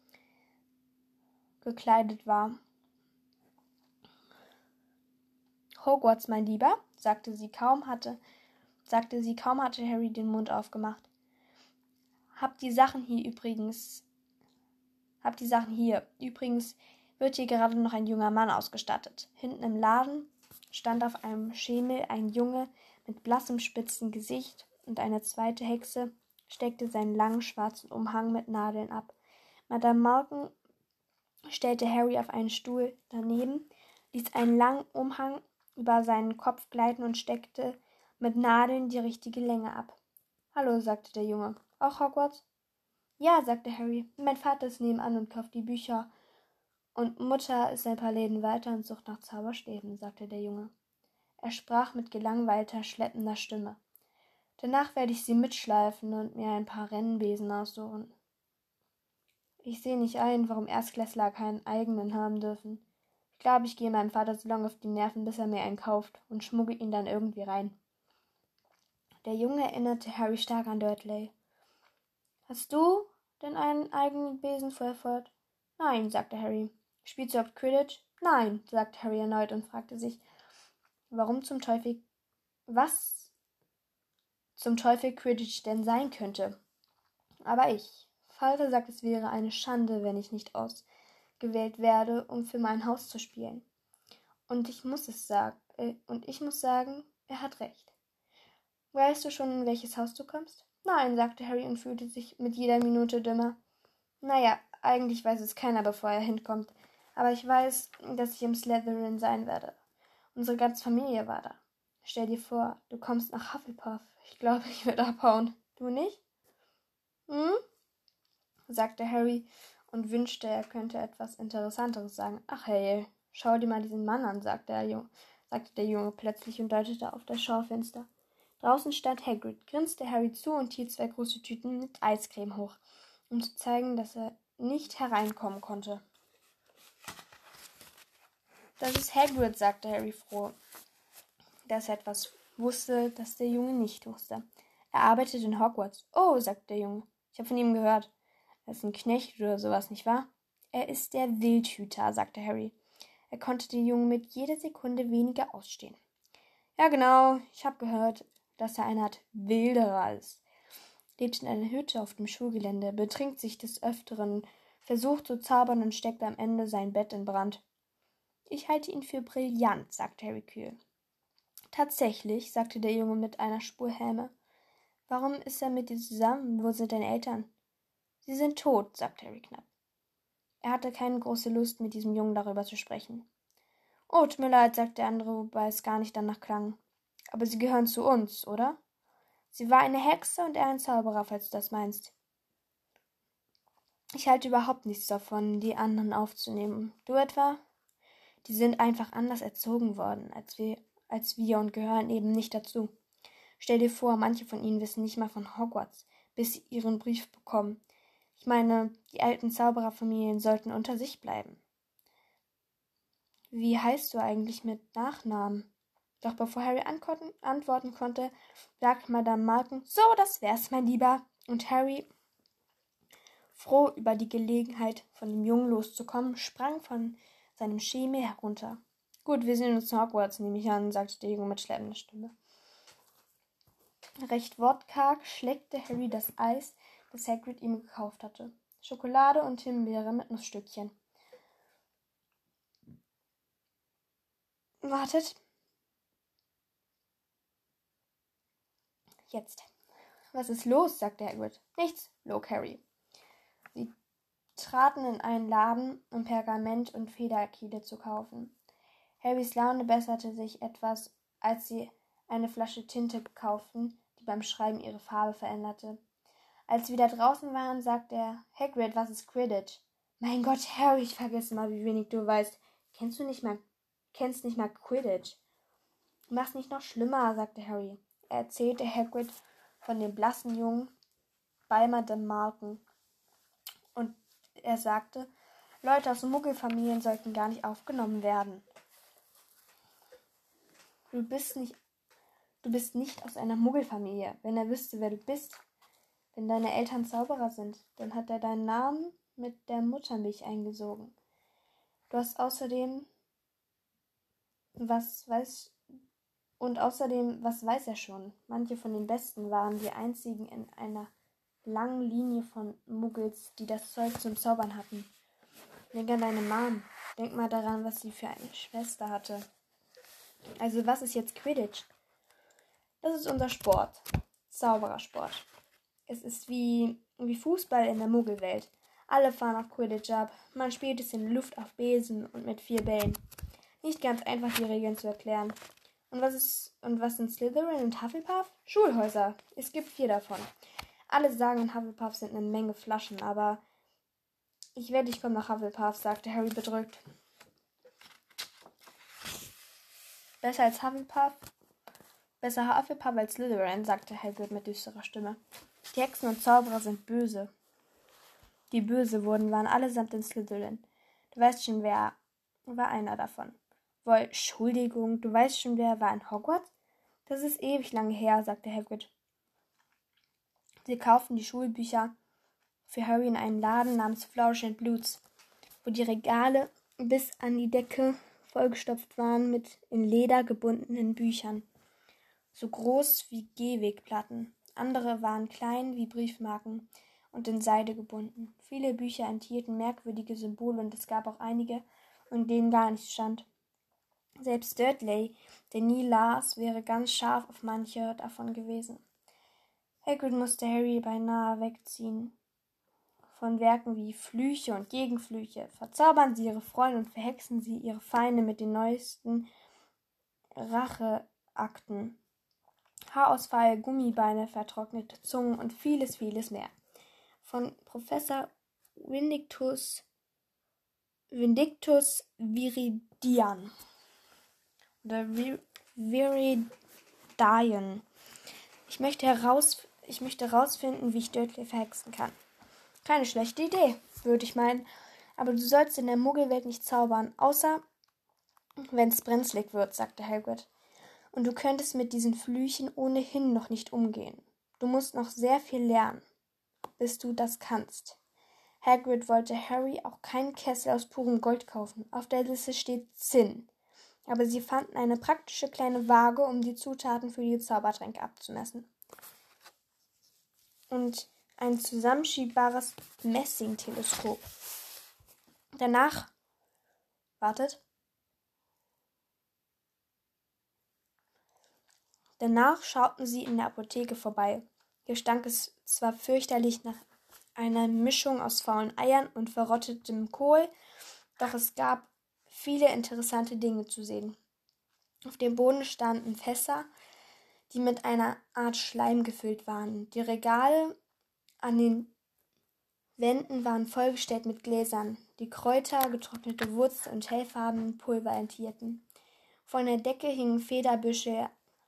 gekleidet war. »Hogwarts, mein Lieber«, sagte sie, kaum hatte, sagte sie, kaum hatte Harry den Mund aufgemacht. »Hab die Sachen hier übrigens, hab die Sachen hier. Übrigens wird hier gerade noch ein junger Mann ausgestattet. Hinten im Laden stand auf einem Schemel ein Junge mit blassem, spitzen Gesicht, und eine zweite Hexe steckte seinen langen, schwarzen Umhang mit Nadeln ab. Madame Marken stellte Harry auf einen Stuhl daneben, ließ einen langen Umhang über seinen Kopf gleiten und steckte mit Nadeln die richtige Länge ab. »Hallo«, sagte der Junge. »Auch Hogwarts?« »Ja«, sagte Harry. »Mein Vater ist nebenan und kauft die Bücher. Und Mutter ist ein paar Läden weiter und sucht nach Zauberstäben«, sagte der Junge. Er sprach mit gelangweilter, schleppender Stimme. »Danach werde ich sie mitschleifen und mir ein paar Rennbesen aussuchen. Ich sehe nicht ein, warum Erstklässler keinen eigenen haben dürfen. Ich glaube, ich gehe meinem Vater so lange auf die Nerven, bis er mir einen kauft, und schmuggle ihn dann irgendwie rein.« Der Junge erinnerte Harry stark an Dudley. »Hast du denn einen eigenen Besen?«, fuhr er fort. »Nein«, sagte Harry. »Spielst du oft Quidditch?« »Nein«, sagte Harry erneut und fragte sich, warum zum Teufel, was zum Teufel Quidditch denn sein könnte. »Aber ich. Vater sagt, es wäre eine Schande, wenn ich nicht ausgewählt werde, um für mein Haus zu spielen. Und ich muss es sagen, äh, und ich muss sagen, er hat recht. Weißt du schon, in welches Haus du kommst? Nein, sagte Harry und fühlte sich mit jeder Minute dümmer. Naja, eigentlich weiß es keiner, bevor er hinkommt. Aber ich weiß, dass ich im Slytherin sein werde. Unsere ganze Familie war da. Stell dir vor, du kommst nach Hufflepuff. Ich glaube, ich würde abhauen. Du nicht? Hm? Sagte Harry und wünschte, er könnte etwas Interessanteres sagen. Ach hey, schau dir mal diesen Mann an, sagte der Junge, sagte der Junge plötzlich und deutete auf das Schaufenster. Draußen stand Hagrid, grinste Harry zu und hielt zwei große Tüten mit Eiscreme hoch, um zu zeigen, dass er nicht hereinkommen konnte. Das ist Hagrid, sagte Harry froh, dass er etwas wusste, das der Junge nicht wusste. Er arbeitet in Hogwarts. Oh, sagte der Junge, ich habe von ihm gehört. Er ist ein Knecht oder sowas, nicht wahr? Er ist der Wildhüter, sagte Harry. Er konnte den Jungen mit jeder Sekunde weniger ausstehen. Ja, genau, ich habe gehört, dass er eine Art Wilderer ist. Lebt in einer Hütte auf dem Schulgelände, betrinkt sich des Öfteren, versucht zu zaubern und steckt am Ende sein Bett in Brand. Ich halte ihn für brillant, sagte Harry kühl. Tatsächlich, sagte der Junge mit einer Spur Häme. Warum ist er mit dir zusammen? Wo sind deine Eltern? Sie sind tot, sagte Harry knapp. Er hatte keine große Lust, mit diesem Jungen darüber zu sprechen. Oh, tut mir leid, sagte der andere, wobei es gar nicht danach klang. Aber sie gehören zu uns, oder? Sie war eine Hexe und er ein Zauberer, falls du das meinst. Ich halte überhaupt nichts davon, die anderen aufzunehmen. Du etwa? Die sind einfach anders erzogen worden, als wir, als wir und gehören eben nicht dazu. Stell dir vor, manche von ihnen wissen nicht mal von Hogwarts, bis sie ihren Brief bekommen. Ich meine, die alten Zaubererfamilien sollten unter sich bleiben. Wie heißt du eigentlich mit Nachnamen? Doch bevor Harry antworten konnte, sagte Madame Malkin, so, das wär's, mein Lieber. Und Harry, froh über die Gelegenheit, von dem Jungen loszukommen, sprang von seinem Schemel herunter. Gut, wir sehen uns zu Hogwarts, nehme ich an, sagte der Junge mit schleppender Stimme. Recht wortkarg schleckte Harry das Eis, das Hagrid ihm gekauft hatte. Schokolade und Himbeere mit Nussstückchen. Wartet. Jetzt. Was ist los? Sagte Hagrid. Nichts, log Harry. Sie traten in einen Laden, um Pergament und Federkiele zu kaufen. Harrys Laune besserte sich etwas, als sie eine Flasche Tinte kauften, die beim Schreiben ihre Farbe veränderte. Als sie wieder draußen waren, sagte er, Hagrid, was ist Quidditch? Mein Gott, Harry, ich vergesse mal, wie wenig du weißt. Kennst du nicht mal, kennst nicht mal Quidditch? Mach's nicht noch schlimmer, sagte Harry. Er erzählte Hagrid von dem blassen Jungen bei Madame Malkin. Und er sagte, Leute aus Muggelfamilien sollten gar nicht aufgenommen werden. Du bist nicht, du bist nicht aus einer Muggelfamilie. Wenn er wüsste, wer du bist, wenn deine Eltern Zauberer sind, dann hat er deinen Namen mit der Muttermilch eingesogen. Du hast außerdem, was weiß, und außerdem, was weiß er schon? Manche von den Besten waren die einzigen in einer langen Linie von Muggels, die das Zeug zum Zaubern hatten. Denk an deine Mom. Denk mal daran, was sie für eine Schwester hatte. Also, was ist jetzt Quidditch? Das ist unser Sport. Zauberersport. Es ist wie, wie Fußball in der Muggelwelt. Alle fahren auf Quidditch ab. Man spielt es in der Luft auf Besen und mit vier Bällen. Nicht ganz einfach, die Regeln zu erklären. Und was ist und was sind Slytherin und Hufflepuff? Schulhäuser. Es gibt vier davon. Alle sagen, in Hufflepuff sind eine Menge Flaschen, aber ich wette, ich komme nach Hufflepuff, sagte Harry bedrückt. Besser als Hufflepuff? Besser Hufflepuff als Slytherin, sagte Hagrid mit düsterer Stimme. Die Hexen und Zauberer sind böse. Die böse wurden, waren allesamt in Slytherin. Du weißt schon, wer war einer davon. Wohl, Entschuldigung, du weißt schon, wer war in Hogwarts? Das ist ewig lange her, sagte Hagrid. Sie kauften die Schulbücher für Harry in einen Laden namens Flourish and Bloods, wo die Regale bis an die Decke vollgestopft waren mit in Leder gebundenen Büchern, so groß wie Gehwegplatten. Andere waren klein wie Briefmarken und in Seide gebunden. Viele Bücher enthielten merkwürdige Symbole und es gab auch einige, in denen gar nichts stand. Selbst Dudley, der nie las, wäre ganz scharf auf manche davon gewesen. Hagrid musste Harry beinahe wegziehen. Von Werken wie Flüche und Gegenflüche verzaubern sie ihre Freunde und verhexen sie ihre Feinde mit den neuesten Racheakten. Haarausfall, Gummibeine, vertrocknete Zungen und vieles, vieles mehr. Von Professor Vindictus, Vindictus Viridian oder Viridian. Ich möchte heraus, ich möchte herausfinden, wie ich Dudley verhexen kann. Keine schlechte Idee, würde ich meinen. Aber du sollst in der Muggelwelt nicht zaubern, außer wenn es brenzlig wird, sagte Hagrid. Und du könntest mit diesen Flüchen ohnehin noch nicht umgehen. Du musst noch sehr viel lernen, bis du das kannst. Hagrid wollte Harry auch keinen Kessel aus purem Gold kaufen. Auf der Liste steht Zinn. Aber sie fanden eine praktische kleine Waage, um die Zutaten für die Zaubertränke abzumessen. Und ein zusammenschiebbares Messingteleskop. Danach, wartet, danach schauten sie in der Apotheke vorbei. Hier stank es zwar fürchterlich nach einer Mischung aus faulen Eiern und verrottetem Kohl, doch es gab viele interessante Dinge zu sehen. Auf dem Boden standen Fässer, die mit einer Art Schleim gefüllt waren. Die Regale an den Wänden waren vollgestellt mit Gläsern, die Kräuter, getrocknete Wurzeln und hellfarbenen Pulver enthielten. Von der Decke hingen Federbüsche,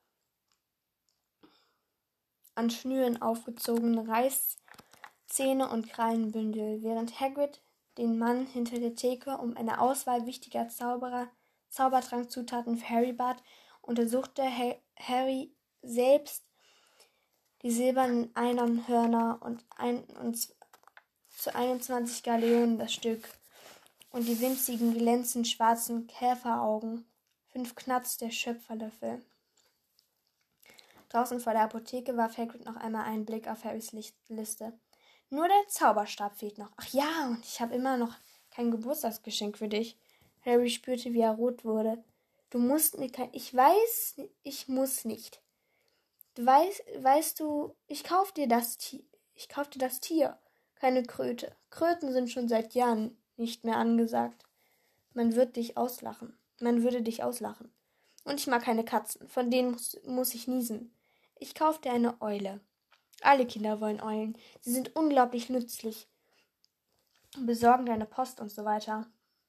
an Schnüren aufgezogene Reißzähne und Krallenbündel, während Hagrid den Mann hinter der Theke um eine Auswahl wichtiger Zauberer, Zaubertrankzutaten für Harry bat, untersuchte ha- Harry selbst die silbernen Einhornhörner und, ein, und zu einundzwanzig Galeonen das Stück und die winzigen, glänzend schwarzen Käferaugen, fünf Knats der Schöpferlöffel. Draußen vor der Apotheke warf Hagrid noch einmal einen Blick auf Harrys Liste. Nur der Zauberstab fehlt noch. Ach ja, und ich habe immer noch kein Geburtstagsgeschenk für dich. Harry spürte, wie er rot wurde. Du musst mir kein... Ich weiß, ich muss nicht. Du weißt, weißt du, ich kauf dir das Tier. Ich kauf dir das Tier. Keine Kröte. Kröten sind schon seit Jahren nicht mehr angesagt. Man wird dich auslachen. Man würde dich auslachen. Und ich mag keine Katzen. Von denen muss, muss ich niesen. Ich kauf dir eine Eule. Alle Kinder wollen Eulen. Sie sind unglaublich nützlich. Besorgen deine Post und so weiter.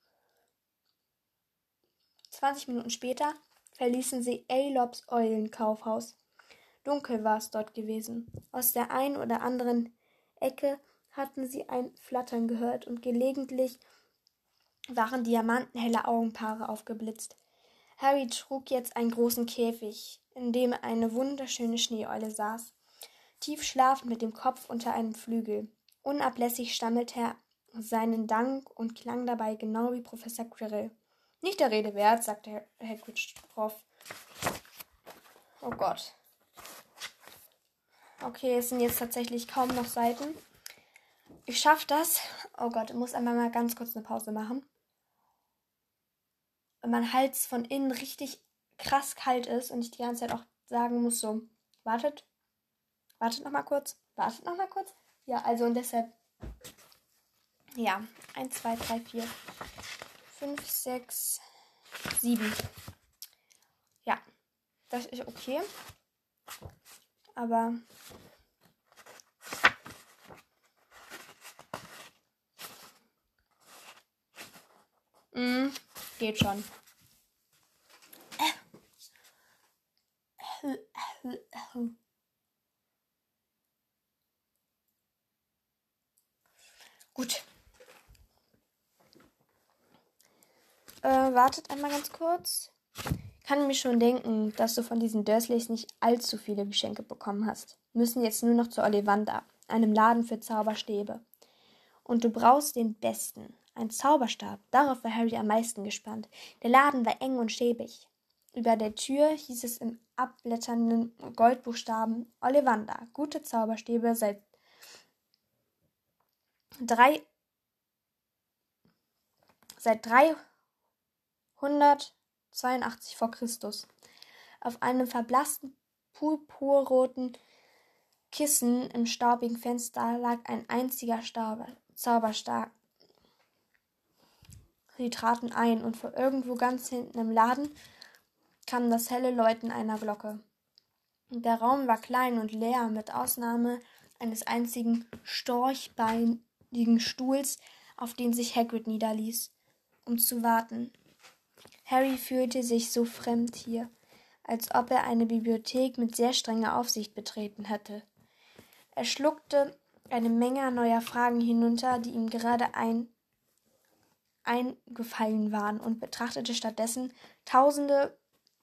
Zwanzig Minuten später verließen sie Aelobs Eulenkaufhaus. Dunkel war es dort gewesen. Aus der einen oder anderen Ecke hatten sie ein Flattern gehört und gelegentlich waren diamantenhelle Augenpaare aufgeblitzt. Harry trug jetzt einen großen Käfig, in dem eine wunderschöne Schneeeule saß, tief schlafend mit dem Kopf unter einem Flügel. Unablässig stammelte er seinen Dank und klang dabei genau wie Professor Quirrell. Nicht der Rede wert, sagte Hagrid schroff. Oh Gott. Okay, es sind jetzt tatsächlich kaum noch Seiten. Ich schaffe das. Oh Gott, ich muss einmal mal ganz kurz eine Pause machen. Wenn mein Hals von innen richtig krass kalt ist und ich die ganze Zeit auch sagen muss so, wartet, wartet noch mal kurz, wartet noch mal kurz. Ja, also und deshalb, ja, eins, zwei, drei, vier, fünf, sechs, sieben. Ja, das ist okay. Aber mh, geht schon. Gut. Äh, wartet einmal ganz kurz. Kann mir schon denken, dass du von diesen Dursleys nicht allzu viele Geschenke bekommen hast. Müssen jetzt nur noch zu Ollivander, einem Laden für Zauberstäbe. Und du brauchst den besten. Ein Zauberstab. Darauf war Harry am meisten gespannt. Der Laden war eng und schäbig. Über der Tür hieß es in abblätternden Goldbuchstaben Ollivander. Gute Zauberstäbe seit drei seit dreihundert zweiundachtzig vor Christus. Auf einem verblassten, purpurroten Kissen im staubigen Fenster lag ein einziger Stauber, Zauberstab. Sie traten ein, und von irgendwo ganz hinten im Laden kam das helle Läuten einer Glocke. Der Raum war klein und leer, mit Ausnahme eines einzigen storchbeinigen Stuhls, auf den sich Hagrid niederließ, um zu warten. Harry fühlte sich so fremd hier, als ob er eine Bibliothek mit sehr strenger Aufsicht betreten hätte. Er schluckte eine Menge neuer Fragen hinunter, die ihm gerade ein, eingefallen waren, und betrachtete stattdessen tausende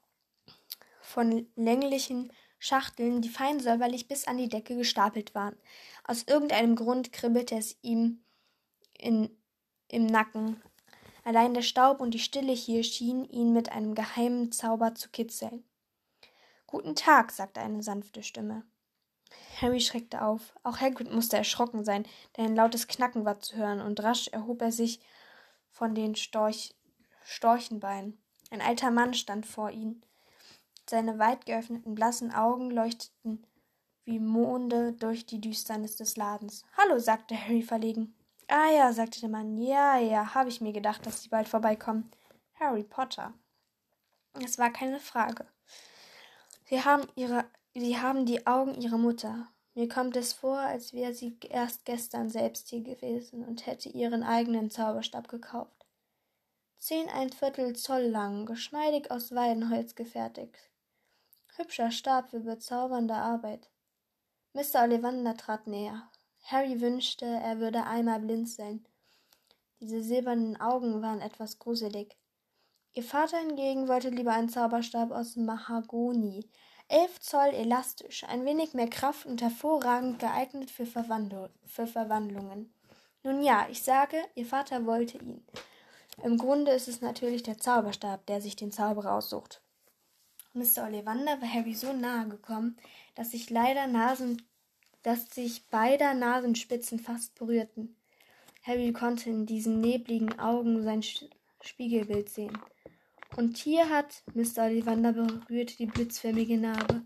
von länglichen Schachteln, die fein säuberlich bis an die Decke gestapelt waren. Aus irgendeinem Grund kribbelte es ihm in, im Nacken. Allein der Staub und die Stille hier schienen ihn mit einem geheimen Zauber zu kitzeln. »Guten Tag«, sagte eine sanfte Stimme. Harry schreckte auf. Auch Hagrid musste erschrocken sein, denn ein lautes Knacken war zu hören, und rasch erhob er sich von den Storch, Storchenbeinen. Ein alter Mann stand vor ihnen. Seine weit geöffneten, blassen Augen leuchteten wie Monde durch die Düsternis des Ladens. »Hallo«, sagte Harry verlegen. »Ah ja«, sagte der Mann, »ja, ja, habe ich mir gedacht, dass Sie bald vorbeikommen. Harry Potter.« Es war keine Frage. »Sie haben ihre, Sie haben die Augen Ihrer Mutter. Mir kommt es vor, als wäre sie erst gestern selbst hier gewesen und hätte ihren eigenen Zauberstab gekauft. Zehn ein Viertel Zoll lang, geschmeidig aus Weidenholz gefertigt. Hübscher Stab für bezaubernde Arbeit.« Mister Ollivander trat näher. Harry wünschte, er würde einmal blinzeln. Diese silbernen Augen waren etwas gruselig. Ihr Vater hingegen wollte lieber einen Zauberstab aus Mahagoni, elf Zoll elastisch, ein wenig mehr Kraft und hervorragend geeignet für, Verwandl- für Verwandlungen. Nun ja, ich sage, Ihr Vater wollte ihn. Im Grunde ist es natürlich der Zauberstab, der sich den Zauberer aussucht. Mister Ollivander war Harry so nahe gekommen, dass sich leider Nasen, dass sich beider Nasenspitzen fast berührten. Harry konnte in diesen nebligen Augen sein Spiegelbild sehen. Und hier hat Mister Ollivander berührte die blitzförmige Narbe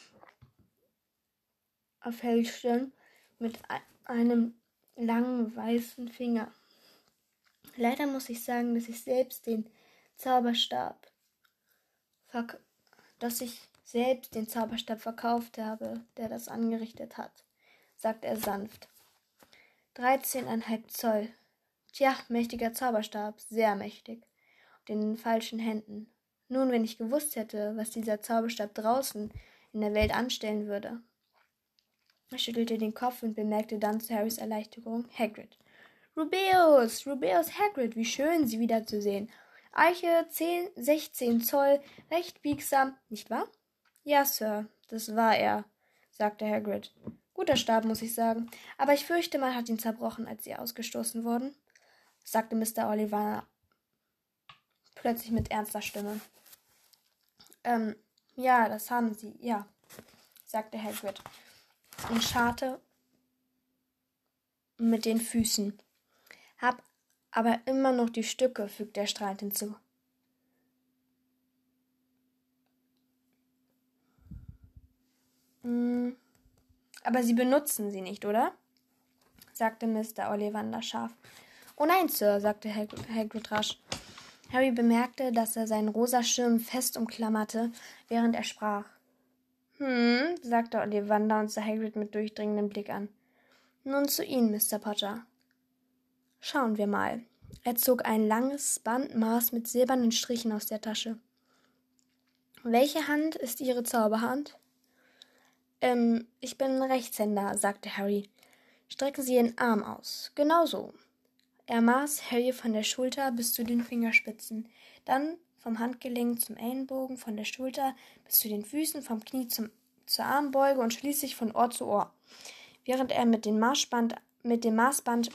auf Harrys Stirn mit einem langen weißen Finger. Leider muss ich sagen, dass ich selbst den Zauberstab, verk- dass ich selbst den Zauberstab verkauft habe, der das angerichtet hat, sagte er sanft. Dreizehneinhalb Zoll. Tja, mächtiger Zauberstab, sehr mächtig. Und in den falschen Händen. Nun, wenn ich gewusst hätte, was dieser Zauberstab draußen in der Welt anstellen würde. Er schüttelte den Kopf und bemerkte dann zu Harrys Erleichterung Hagrid. Rubeus, Rubeus Hagrid, wie schön, Sie wiederzusehen. Eiche zehn, sechzehn Zoll, recht biegsam, nicht wahr? Ja, Sir, das war er, sagte Hagrid. Guter Stab, muss ich sagen, aber ich fürchte, man hat ihn zerbrochen, als Sie ausgestoßen wurden, sagte Mister Ollivander plötzlich mit ernster Stimme. Ähm, ja, das haben Sie, ja, sagte Hagrid und scharrte mit den Füßen. Hab aber immer noch die Stücke, fügte er strahlend hinzu. Hm, aber Sie benutzen sie nicht, oder? Sagte Mister Ollivander scharf. Oh nein, Sir, sagte Hagrid rasch. Harry bemerkte, dass er seinen rosa Schirm fest umklammerte, während er sprach. Hm, sagte Ollivander und sah Hagrid mit durchdringendem Blick an. Nun zu Ihnen, Mister Potter. Schauen wir mal. Er zog ein langes Bandmaß mit silbernen Strichen aus der Tasche. Welche Hand ist Ihre Zauberhand? Ähm, ich bin Rechtshänder, sagte Harry. Strecken Sie Ihren Arm aus. Genau so. Er maß Harry von der Schulter bis zu den Fingerspitzen, dann vom Handgelenk zum Ellenbogen, von der Schulter bis zu den Füßen, vom Knie zum, zur Armbeuge und schließlich von Ohr zu Ohr. Während er mit, dem Maßband, mit dem Maßband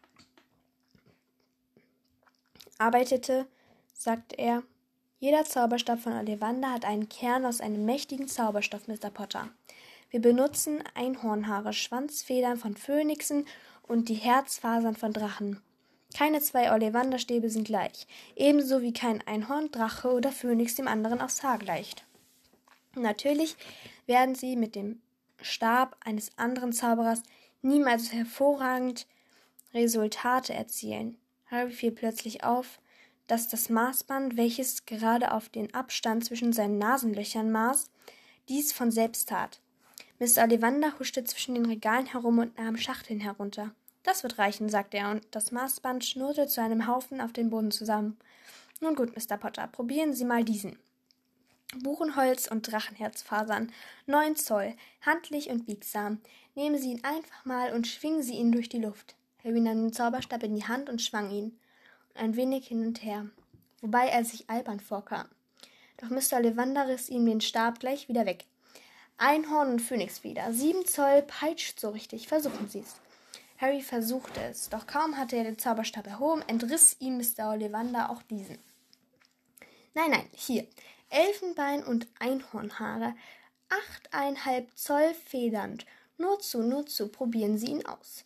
arbeitete, sagte er, jeder Zauberstab von Ollivander hat einen Kern aus einem mächtigen Zauberstoff, Mister Potter. Wir benutzen Einhornhaare, Schwanzfedern von Phönixen und die Herzfasern von Drachen. Keine zwei Ollivanderstäbe sind gleich, ebenso wie kein Einhorn, Drache oder Phönix dem anderen aufs Haar gleicht. Natürlich werden sie mit dem Stab eines anderen Zauberers niemals hervorragend Resultate erzielen. Harry fiel plötzlich auf, dass das Maßband, welches gerade auf den Abstand zwischen seinen Nasenlöchern maß, dies von selbst tat. Mister Ollivander huschte zwischen den Regalen herum und nahm Schachteln herunter. »Das wird reichen«, sagte er, und das Maßband schnurrte zu einem Haufen auf dem Boden zusammen. »Nun gut, Mister Potter, probieren Sie mal diesen. Buchenholz und Drachenherzfasern, neun Zoll, handlich und biegsam. Nehmen Sie ihn einfach mal und schwingen Sie ihn durch die Luft.« Harry nahm den Zauberstab in die Hand und schwang ihn ein wenig hin und her, wobei er sich albern vorkam. Doch Mister Ollivander riss ihm den Stab gleich wieder weg. »Einhorn und Phönixfeder, sieben Zoll, peitscht so richtig, versuchen Sie's.« Harry versuchte es, doch kaum hatte er den Zauberstab erhoben, entriss ihm Mister Ollivander auch diesen. »Nein, nein, hier, Elfenbein und Einhornhaare, achteinhalb Zoll federnd. Nur zu, nur zu, probieren Sie ihn aus.«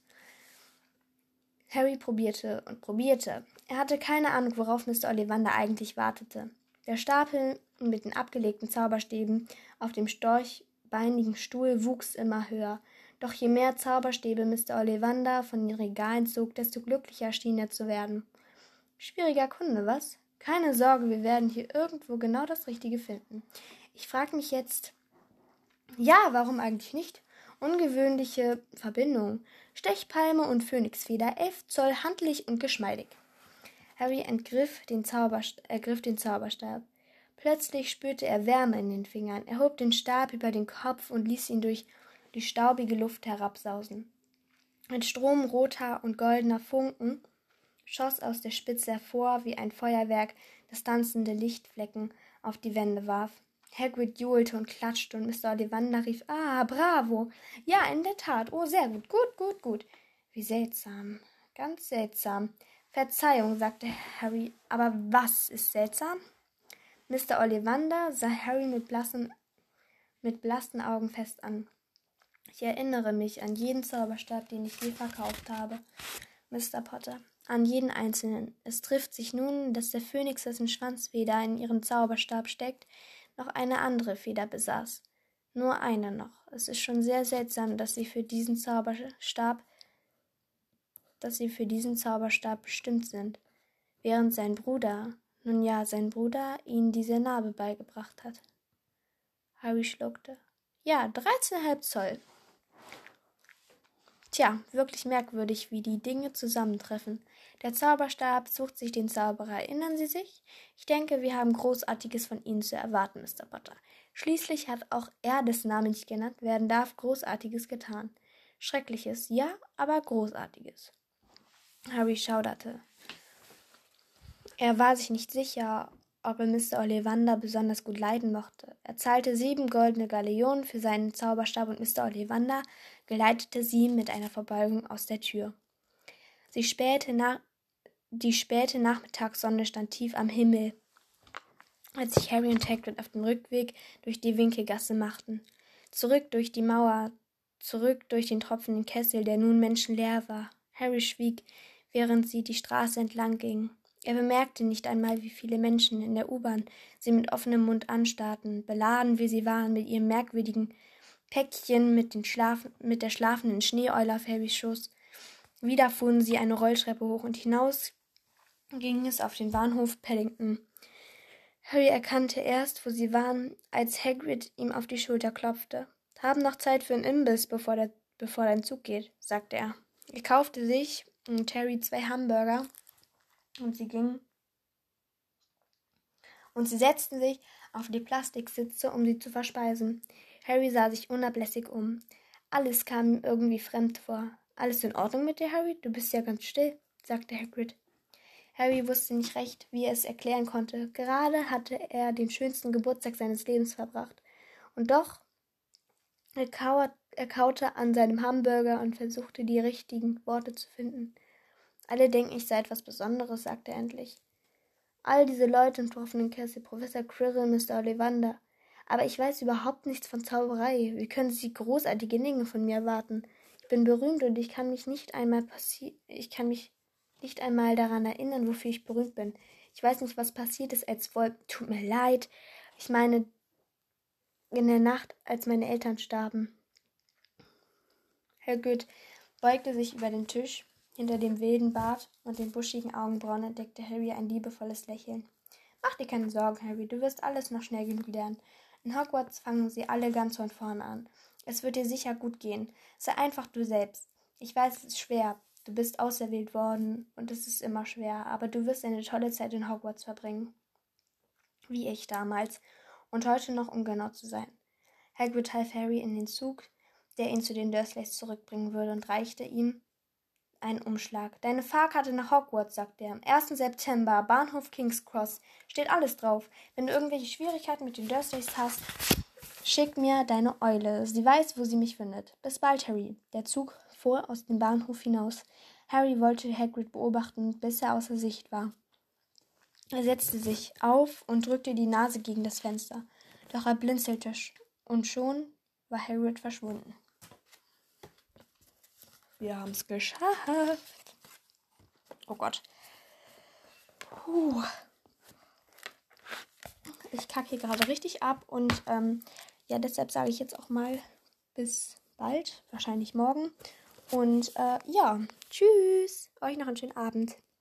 Harry probierte und probierte. Er hatte keine Ahnung, worauf Mister Ollivander eigentlich wartete. Der Stapel mit den abgelegten Zauberstäben auf dem storchbeinigen Stuhl wuchs immer höher. Doch je mehr Zauberstäbe Mister Ollivander von den Regalen zog, desto glücklicher schien er zu werden. »Schwieriger Kunde, was? Keine Sorge, wir werden hier irgendwo genau das Richtige finden. Ich frage mich jetzt, ja, warum eigentlich nicht? Ungewöhnliche Verbindung. Stechpalme und Phönixfeder, elf Zoll, handlich und geschmeidig.« Harry entgriff den Zauberst- ergriff den Zauberstab. Plötzlich spürte er Wärme in den Fingern. Er hob den Stab über den Kopf und ließ ihn durch die staubige Luft herabsausen. Ein Strom roter und goldener Funken schoss aus der Spitze hervor wie ein Feuerwerk, das tanzende Lichtflecken auf die Wände warf. Hagrid johlte und klatschte und Mister Ollivander rief, »Ah, bravo! Ja, in der Tat! Oh, sehr gut! Gut, gut, gut!« »Wie seltsam! Ganz seltsam!« »Verzeihung«, sagte Harry, »aber was ist seltsam?« Mister Ollivander sah Harry mit blassen, mit blassen Augen fest an. »Ich erinnere mich an jeden Zauberstab, den ich je verkauft habe, Mister Potter. An jeden einzelnen. Es trifft sich nun, dass der Phönix, dessen Schwanzfeder in ihren Zauberstab steckt, noch eine andere Feder besaß. Nur eine noch. Es ist schon sehr seltsam, dass sie für diesen Zauberstab, dass sie für diesen Zauberstab bestimmt sind, während sein Bruder, nun ja, sein Bruder ihnen diese Narbe beigebracht hat.« Harry schluckte. »Ja, dreizehneinhalb Zoll. Tja, wirklich merkwürdig, wie die Dinge zusammentreffen. Der Zauberstab sucht sich den Zauberer. Erinnern Sie sich? Ich denke, wir haben Großartiges von Ihnen zu erwarten, Mister Potter. Schließlich hat auch er, dessen Name nicht genannt werden darf, Großartiges getan. Schreckliches, ja, aber Großartiges.« Harry schauderte. Er war sich nicht sicher, ob er Mister Ollivander besonders gut leiden mochte. Er zahlte sieben goldene Galeonen für seinen Zauberstab und Mister Ollivander geleitete sie mit einer Verbeugung aus der Tür. Die späte, Na- die späte Nachmittagssonne stand tief am Himmel, als sich Harry und Hagrid auf den Rückweg durch die Winkelgasse machten. Zurück durch die Mauer, zurück durch den tropfenden Kessel, der nun menschenleer war. Harry schwieg, während sie die Straße entlang gingen. Er bemerkte nicht einmal, wie viele Menschen in der U-Bahn sie mit offenem Mund anstarrten, beladen wie sie waren mit ihrem merkwürdigen Päckchen mit, den Schlaf- mit der schlafenden Schneeeule auf Harrys Schoß. Wieder fuhren sie eine Rolltreppe hoch und hinaus ging es auf den Bahnhof Paddington. Harry erkannte erst, wo sie waren, als Hagrid ihm auf die Schulter klopfte. »Haben noch Zeit für einen Imbiss, bevor, der, bevor dein Zug geht«, sagte er. Er kaufte sich und Harry zwei Hamburger und sie gingen und sie setzten sich auf die Plastiksitze, um sie zu verspeisen. Harry sah sich unablässig um. Alles kam ihm irgendwie fremd vor. »Alles in Ordnung mit dir, Harry? Du bist ja ganz still«, sagte Hagrid. Harry wusste nicht recht, wie er es erklären konnte. Gerade hatte er den schönsten Geburtstag seines Lebens verbracht. Und doch, er, kauert, er kaute an seinem Hamburger und versuchte, die richtigen Worte zu finden. »Alle denken, ich sei etwas Besonderes«, sagte er endlich. »All diese Leute im tropfenden Kessel, Professor Quirrell, Mister Ollivander. Aber ich weiß überhaupt nichts von Zauberei. Wie können Sie großartige Dinge von mir erwarten? Ich bin berühmt und ich kann mich nicht einmal passi- ich kann mich nicht einmal daran erinnern, wofür ich berühmt bin. Ich weiß nicht, was passiert ist, als wohl. Tut mir leid. Ich meine, in der Nacht, als meine Eltern starben. Hagrid beugte sich über den Tisch. Hinter dem wilden Bart und den buschigen Augenbrauen entdeckte Harry ein liebevolles Lächeln. Mach dir keine Sorgen, Harry, du wirst alles noch schnell genug lernen. In Hogwarts fangen sie alle ganz von vorn an. Es wird dir sicher gut gehen. Sei einfach du selbst. Ich weiß, es ist schwer. Du bist auserwählt worden und es ist immer schwer, aber du wirst eine tolle Zeit in Hogwarts verbringen. Wie ich damals. Und heute noch, um genau zu sein. Hagrid half Harry in den Zug, der ihn zu den Dursleys zurückbringen würde, und reichte ihm einen Umschlag. Deine Fahrkarte nach Hogwarts, sagte er. Am ersten September, Bahnhof King's Cross. Steht alles drauf. Wenn du irgendwelche Schwierigkeiten mit den Dursleys hast, schick mir deine Eule. Sie weiß, wo sie mich findet. Bis bald, Harry. Der Zug fuhr aus dem Bahnhof hinaus. Harry wollte Hagrid beobachten, bis er außer Sicht war. Er setzte sich auf und drückte die Nase gegen das Fenster. Doch er blinzelte und schon war Hagrid verschwunden. Wir haben es geschafft. Oh Gott. Puh. Ich kacke hier gerade richtig ab und ähm, ja, deshalb sage ich jetzt auch mal bis bald, wahrscheinlich morgen. Und äh, ja, tschüss. Euch noch einen schönen Abend.